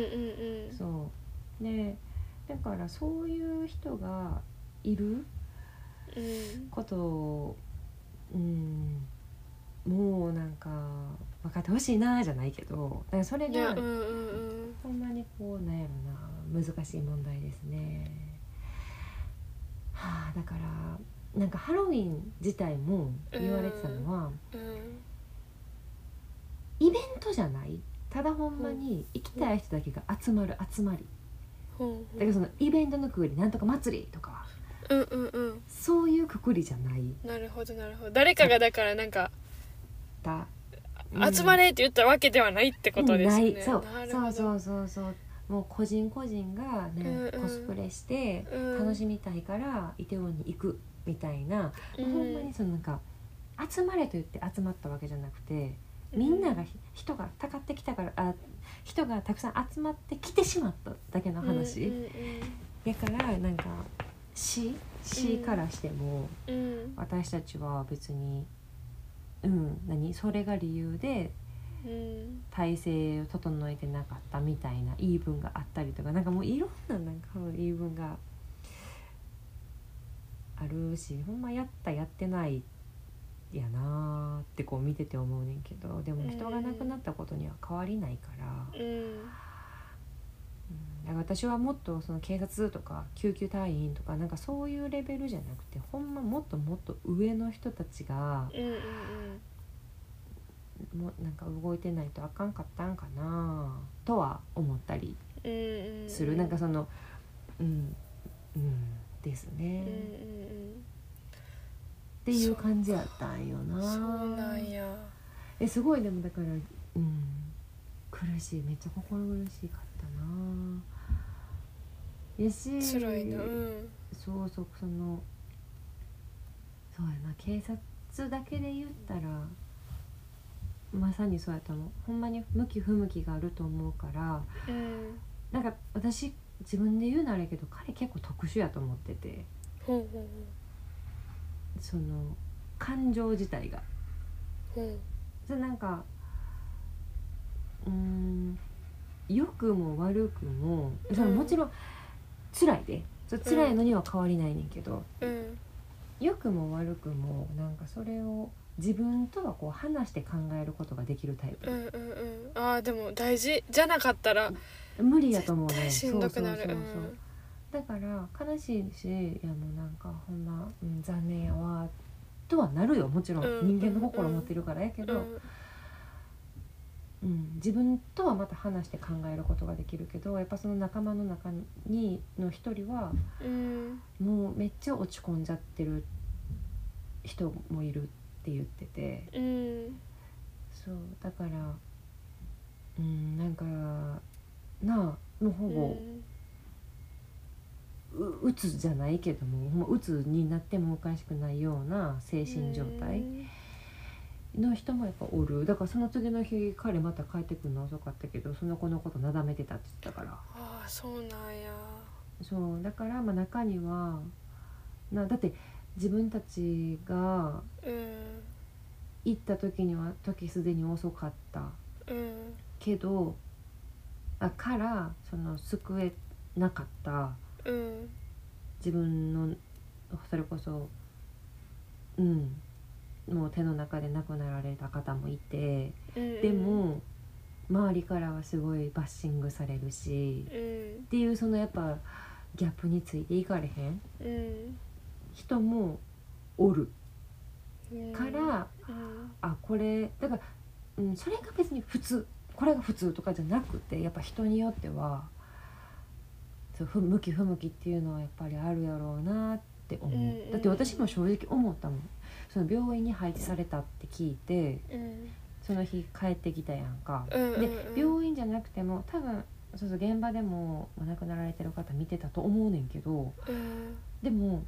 そうでだからそういう人がいることを、もうなんか分かってほしいなじゃないけど、だからそれがほんまにこうなんやろな、難しい問題ですね。だからなんかハロウィン自体も言われてたのは、イベントじゃない、ただほんまに行きたい人だけが集まる集まり、だからそのイベントのくくりなんとか祭りとか、そういうくくりじゃない。 なるほどなるほど、誰かがだからなんか集まれって言ったわけではないってことですね。 そうもう個人個人がね、コスプレして楽しみたいからイテウォンに行くみたいな、ほんまにそのなんか集まれと言って集まったわけじゃなくて、みんなが人がたかってきたから人がたくさん集まってきてしまっただけの話、だからなんか市からしても、私たちは別にそれが理由で体制を整えてなかったみたいな言い分があったりとか、なんかもういろんななんか言い分があるし、ほんまやってないやなってこう見てて思うねんけど、でも人が亡くなったことには変わりないから、 私はもっとその警察とか救急隊員とかなんかそういうレベルじゃなくて、ほんまもっともっと上の人たちが、もうなんか動いてないとあかんかったんかなとは思ったりする、なんかそのですね、っていう感じやったんよな。 そうなんや。 すごいでもだから、苦しい、めっちゃ心苦しかったな。やし辛いな。 そうそう、そうやな、警察だけで言ったらまさにそうやと思う。ほんまに向き不向きがあると思うから、なんか私自分で言うのあれやけど、彼結構特殊やと思ってて、その感情自体が、なんか良くも悪くも、もちろん辛いで、辛いのには変わりないねんけど、良くも悪くもなんかそれを自分とはこう話して考えることができるタイプ。 あ、でも大事じゃなかったら無理やと思うね。 絶対しんどくなる。 だから悲しいし、いやもうなんかほんま、残念やわとはなるよ、もちろん、人間の心持ってるからやけど、自分とはまた話して考えることができるけど、やっぱその仲間の中にの一人は、もうめっちゃ落ち込んじゃってる人もいるって言ってて、そうだからなんかなあ、もうほぼ、うつじゃないけども、うつになってもおかしくないような精神状態の人もやっぱおる。だからその次の日彼また帰ってくるの遅かったけど、その子のことなだめてたって言ったから。 ああ、そうなんや。 そうだから、中にはだって自分たちが行った時には時すでに遅かった、けどからその救えなかった、自分のそれこそもう手の中で亡くなられた方もいて、でも周りからはすごいバッシングされるし、っていうそのやっぱギャップについていかれへん、人もおるから、これだから、それが別に普通、これが普通とかじゃなくて、やっぱ人によっては向き不向きっていうのはやっぱりあるやろうなって思う。だって私も正直思ったもん。その病院に配置されたって聞いて、その日帰ってきたやんか、で病院じゃなくても多分そう現場でも亡くなられてる方見てたと思うねんけど、でも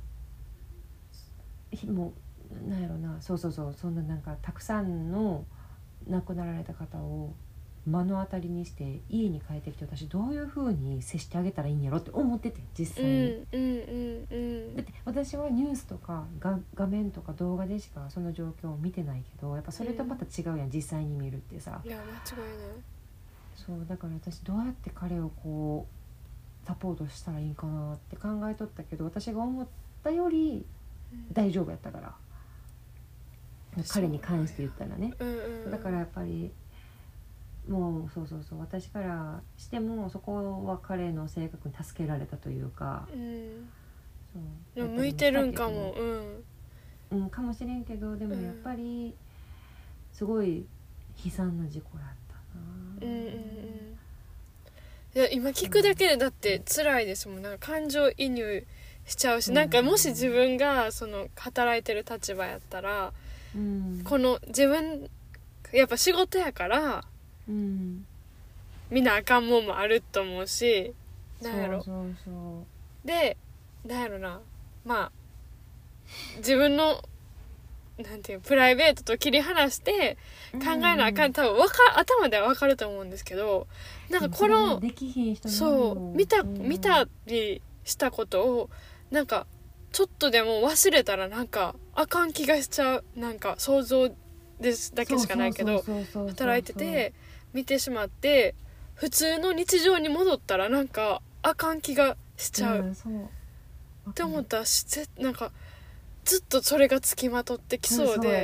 なんやろな、そんななんかたくさんの亡くなられた方を目の当たりにして家に帰ってきて、私どういう風に接してあげたらいいんやろって思ってて、実際に、だって私はニュースとか画面とか動画でしかその状況を見てないけど、やっぱそれとまた違うやん、実際に見るってさ。 いや間違いない。 そうだから私どうやって彼をこうサポートしたらいいんかなって考えとったけど、私が思ったより大丈夫やったから、彼に関して言ったらね、だからやっぱりもう私からしてもそこは彼の性格に助けられたというか、 でも向いてるんかも、 かもしれんけど、でもやっぱりすごい悲惨な事故やったな。 いや今聞くだけでだって辛いですもん。なんか感情移入しちゃうし、なんかもし自分がその働いてる立場やったら、この自分やっぱ仕事やから、みんなあかんもんもあると思うし、なんやろ、でなんやろな、自分のなんていうプライベートと切り離して考えなあかん、多分頭では分かると思うんですけど、なんかこの見たりしたことをなんかちょっとでも忘れたらなんかあかん気がしちゃう。なんか想像ですだけしかないけど、働いてて見てしまって普通の日常に戻ったらなんかあかん気がしちゃう、って思ったらなんかずっとそれがつきまとってきそうで、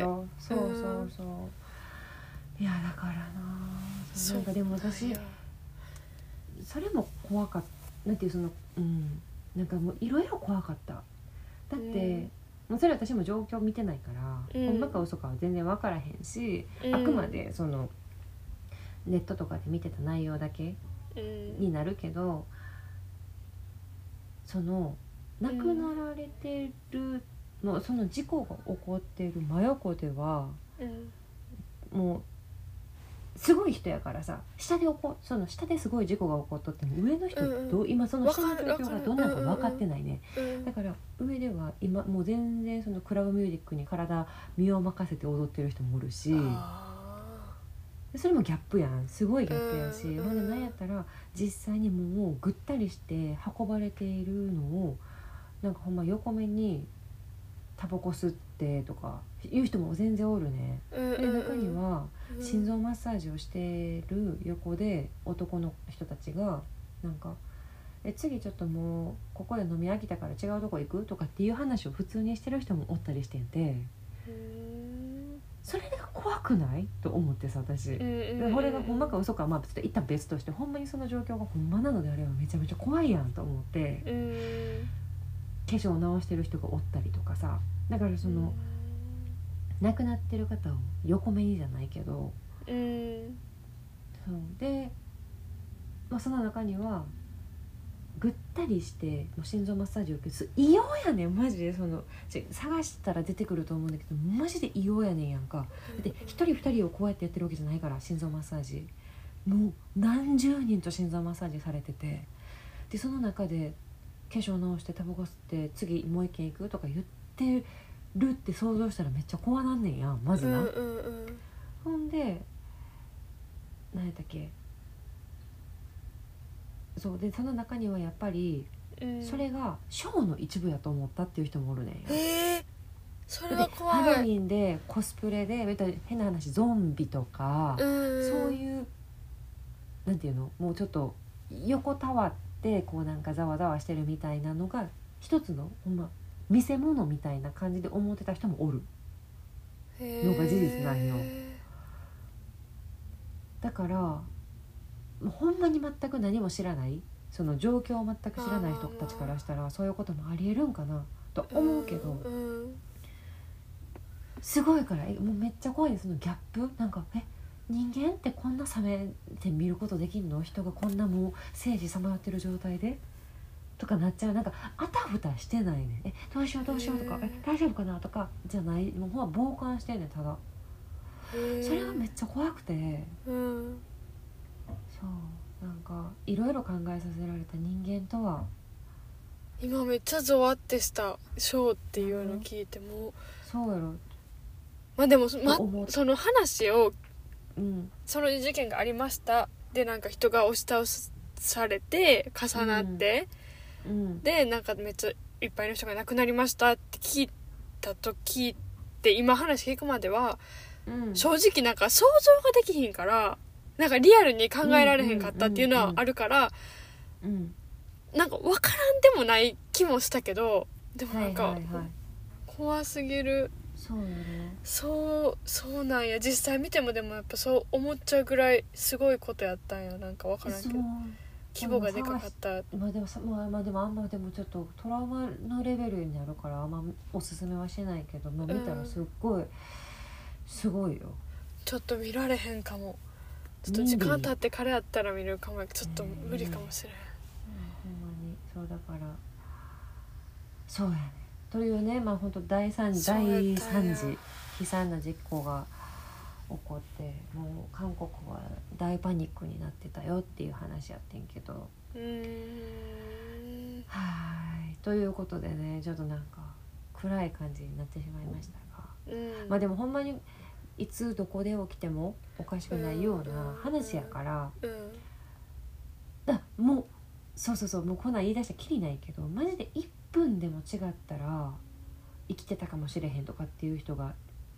いやだからな、なんかでも私それも怖かっなんていうその、なんかもういろいろ怖かった。だって、もうそれ私も状況見てないから、ほんまか嘘かは全然分からへんし、あくまでそのネットとかで見てた内容だけになるけど、その亡くなられてる、もうその事故が起こっている真横では、もうすごい人やからさ、その下ですごい事故が起こっとっても上の人今その下の状況がどんなのか分かってないね、だから上では今もう全然そのクラブミュージックに体身を任せて踊ってる人もおるし、それもギャップやん、すごいギャップやし、ほんで何やったら実際にもうぐったりして運ばれているのをなんかほんま横目にタバコ吸ってとかいう人も全然おるね、で中には心臓マッサージをしてる横で男の人たちがなんか次ちょっともうここで飲み飽きたから違うとこ行くとかっていう話を普通にしてる人もおったりしてんて、それが怖くないと思ってさ私、でこれがほんまか嘘かまあ一旦別として、ほんまにその状況がほんまなのであればめちゃめちゃ怖いやんと思って、化粧を直してる人がおったりとかさ、だからその亡くなってる方を横目にじゃないけど、そうで、その中にはぐったりしてもう心臓マッサージを受ける異様やねんマジで、その探したら出てくると思うんだけどマジで異様やねんやんか。で一人二人をこうやってやってるわけじゃないから、心臓マッサージもう何十人と心臓マッサージされてて、でその中で化粧直してタバコ吸って次もう一軒行くとか言ってるって想像したらめっちゃ怖なんねんやんまずな、ほんで何やったっけ、そうでその中にはやっぱり、それがショーの一部やと思ったっていう人もおるねん。 それは怖い。 ハロウィンでコスプレで変な話ゾンビとか、そういうなんていうの、もうちょっと横たわってこうなんかざわざわしてるみたいなのが一つのほんま見せ物みたいな感じで思ってた人もおるのが事実なんよ。だからもうほんまに全く何も知らない、その状況を全く知らない人たちからしたらそういうこともありえるんかなと思うけど、すごいからもうめっちゃ怖い、そのギャップ、なんか人間ってこんな冷めて見ることできんの、人がこんなもう生死さまよってる状態でとかなっちゃう、なんかあたふたしてないね、どうしようどうしようとか大丈夫かなとかじゃない、もうほんま傍観してんねんただ。それがめっちゃ怖くて、そうなんかいろいろ考えさせられた人間とは。 今めっちゃゾワってしたショーっていうの聞いても、 そうやろ、 でもその話を、その事件がありましたでなんか人が押し倒されて重なって、でなんかめっちゃいっぱいの人が亡くなりましたって聞いた時って今話聞くまでは、正直なんか想像ができひんからなんかリアルに考えられへんかったっていうのはあるから、なんか分からんでもない気もしたけど、でもなんか怖すぎる。 そうよね。 そうなんや。実際見てもでもやっぱそう思っちゃうぐらいすごいことやったんや。なんか分からんけど規模がでかかった。 でもあんまでもちょっとトラウマのレベルになるからあんまおすすめはしないけど、見たらすっごい、すごいよ。 ちょっと見られへんかも。ちょっと時間経ってからやったら見れるかも。ちょっと無理かもしれん。 ほんまにそうだからそうやねというね、本当大惨事悲惨な事故が起こってもう韓国は大パニックになってたよっていう話やってんけど、はいということでね、ちょっとなんか暗い感じになってしまいましたが、でもほんまにいつどこで起きてもおかしくないような話やから、もうそうもうこんなん言い出したらきりないけど、マジで1分でも違ったら生きてたかもしれへんとかっていう人が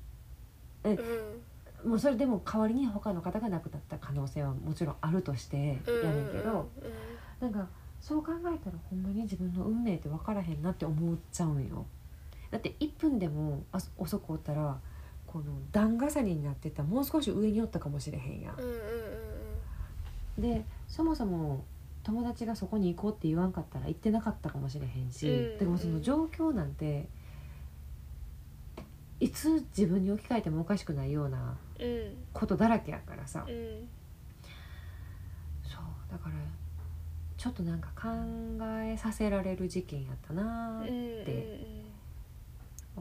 もうそれでも代わりに他の方が亡くなった可能性はもちろんあるとしてやねんけど、なんかそう考えたらほんまに自分の運命って分からへんなって思っちゃうんよ。だって1分でも遅くおったらこの段重ねになってたらもう少し上におったかもしれへんやん。でそもそも友達がそこに行こうって言わんかったら行ってなかったかもしれへんし、でもその状況なんていつ自分に置き換えてもおかしくないようなことだらけやからさ、そうだからちょっとなんか考えさせられる事件やったなって思ってます。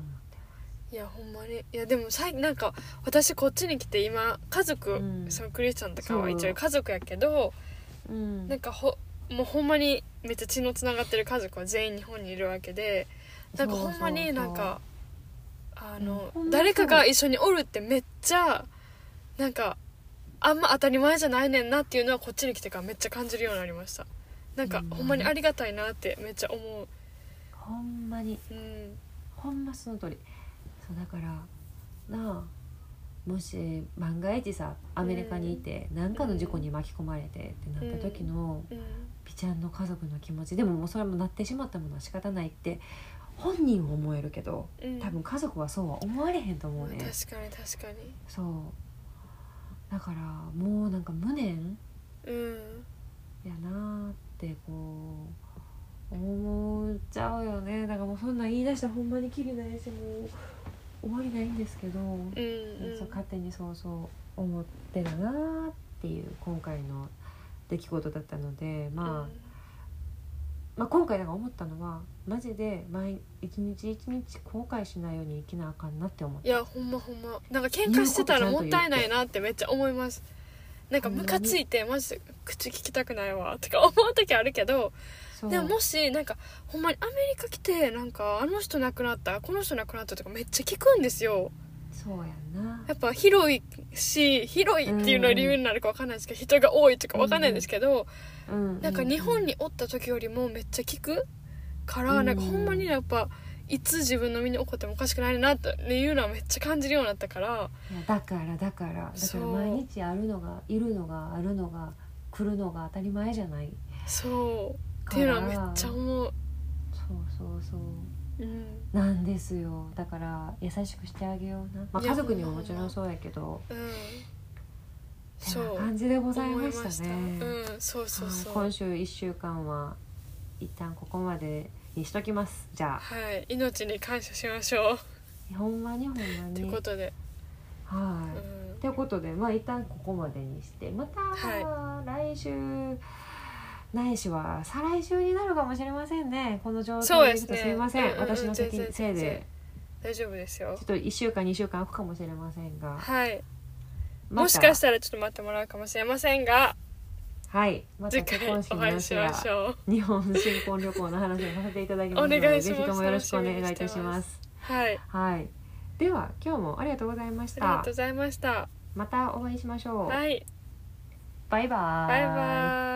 いやほんまに、いやでもなんか私こっちに来て今家族、そのクリスチャンとかは一応家族やけど、なんかもうほんまにめっちゃ血のつながってる家族は全員日本にいるわけで、なんかほんまになんか誰かが一緒におるってめっちゃなんかあんま当たり前じゃないねんなっていうのはこっちに来てからめっちゃ感じるようになりました。なんかほんまにありがたいなってめっちゃ思う。 ほんまに、ほんまその通り。そうだからなあ、もし万が一さアメリカにいて何かの事故に巻き込まれてってなった時のピちゃんの家族の気持ち、でももうそれもなってしまったものは仕方ないって本人は思えるけど、多分家族はそうは思われへんと思うね。 確かに確かに。 そうだからもうなんか無念、やなってこう思っちゃうよね。だからもうそんなん言い出したらほんまにキリないし、もう終わりないんですけど、そう勝手にそう思ってるなっていう今回の出来事だったので、まあ今回なんか思ったのはマジで一日一日後悔しないように生きなあかんなって思った。 いやほんまなんか喧嘩してたらもったいないなってめっちゃ思います。なんかムカついてマジで口聞きたくないわとか思う時あるけど、でももしなんかほんまにアメリカ来てなんかあの人亡くなったこの人亡くなったとかめっちゃ聞くんですよ。 そうやな。 やっぱ広いっていうのは理由になるか分かんないですけど、人が多いとか分かんないですけど、なんか日本におった時よりもめっちゃ聞くから、なんかほんまにやっぱいつ自分の身に起こってもおかしくないなっていうのはめっちゃ感じるようになったから。 だから毎日あるのがいるのがあるのが来るのが当たり前じゃない。 そうっていうのはめっちゃ思う。 そうなんですよ。だから優しくしてあげような、家族にももちろんそうやけど、そう感じでございましたね。 そう今週1週間は一旦ここまでにしときます。じゃあ、 命に感謝しましょう。ほんまにということで、 ということで一旦ここまでにして、また、来週ないしは再来週になるかもしれませんね。この状態でいくとすみません、私のせいで。 大丈夫ですよ。 ちょっと1週間2週間空くかもしれませんが、 もしかしたらちょっと待ってもらうかもしれませんが、 また結婚式の話や日本新婚旅行の話をさせていただきますので、ぜひともよろしくお願いいたします。では今日もありがとうございました。 ありがとうございました。 またお会いしましょう。 バイバイ。 バイバイ。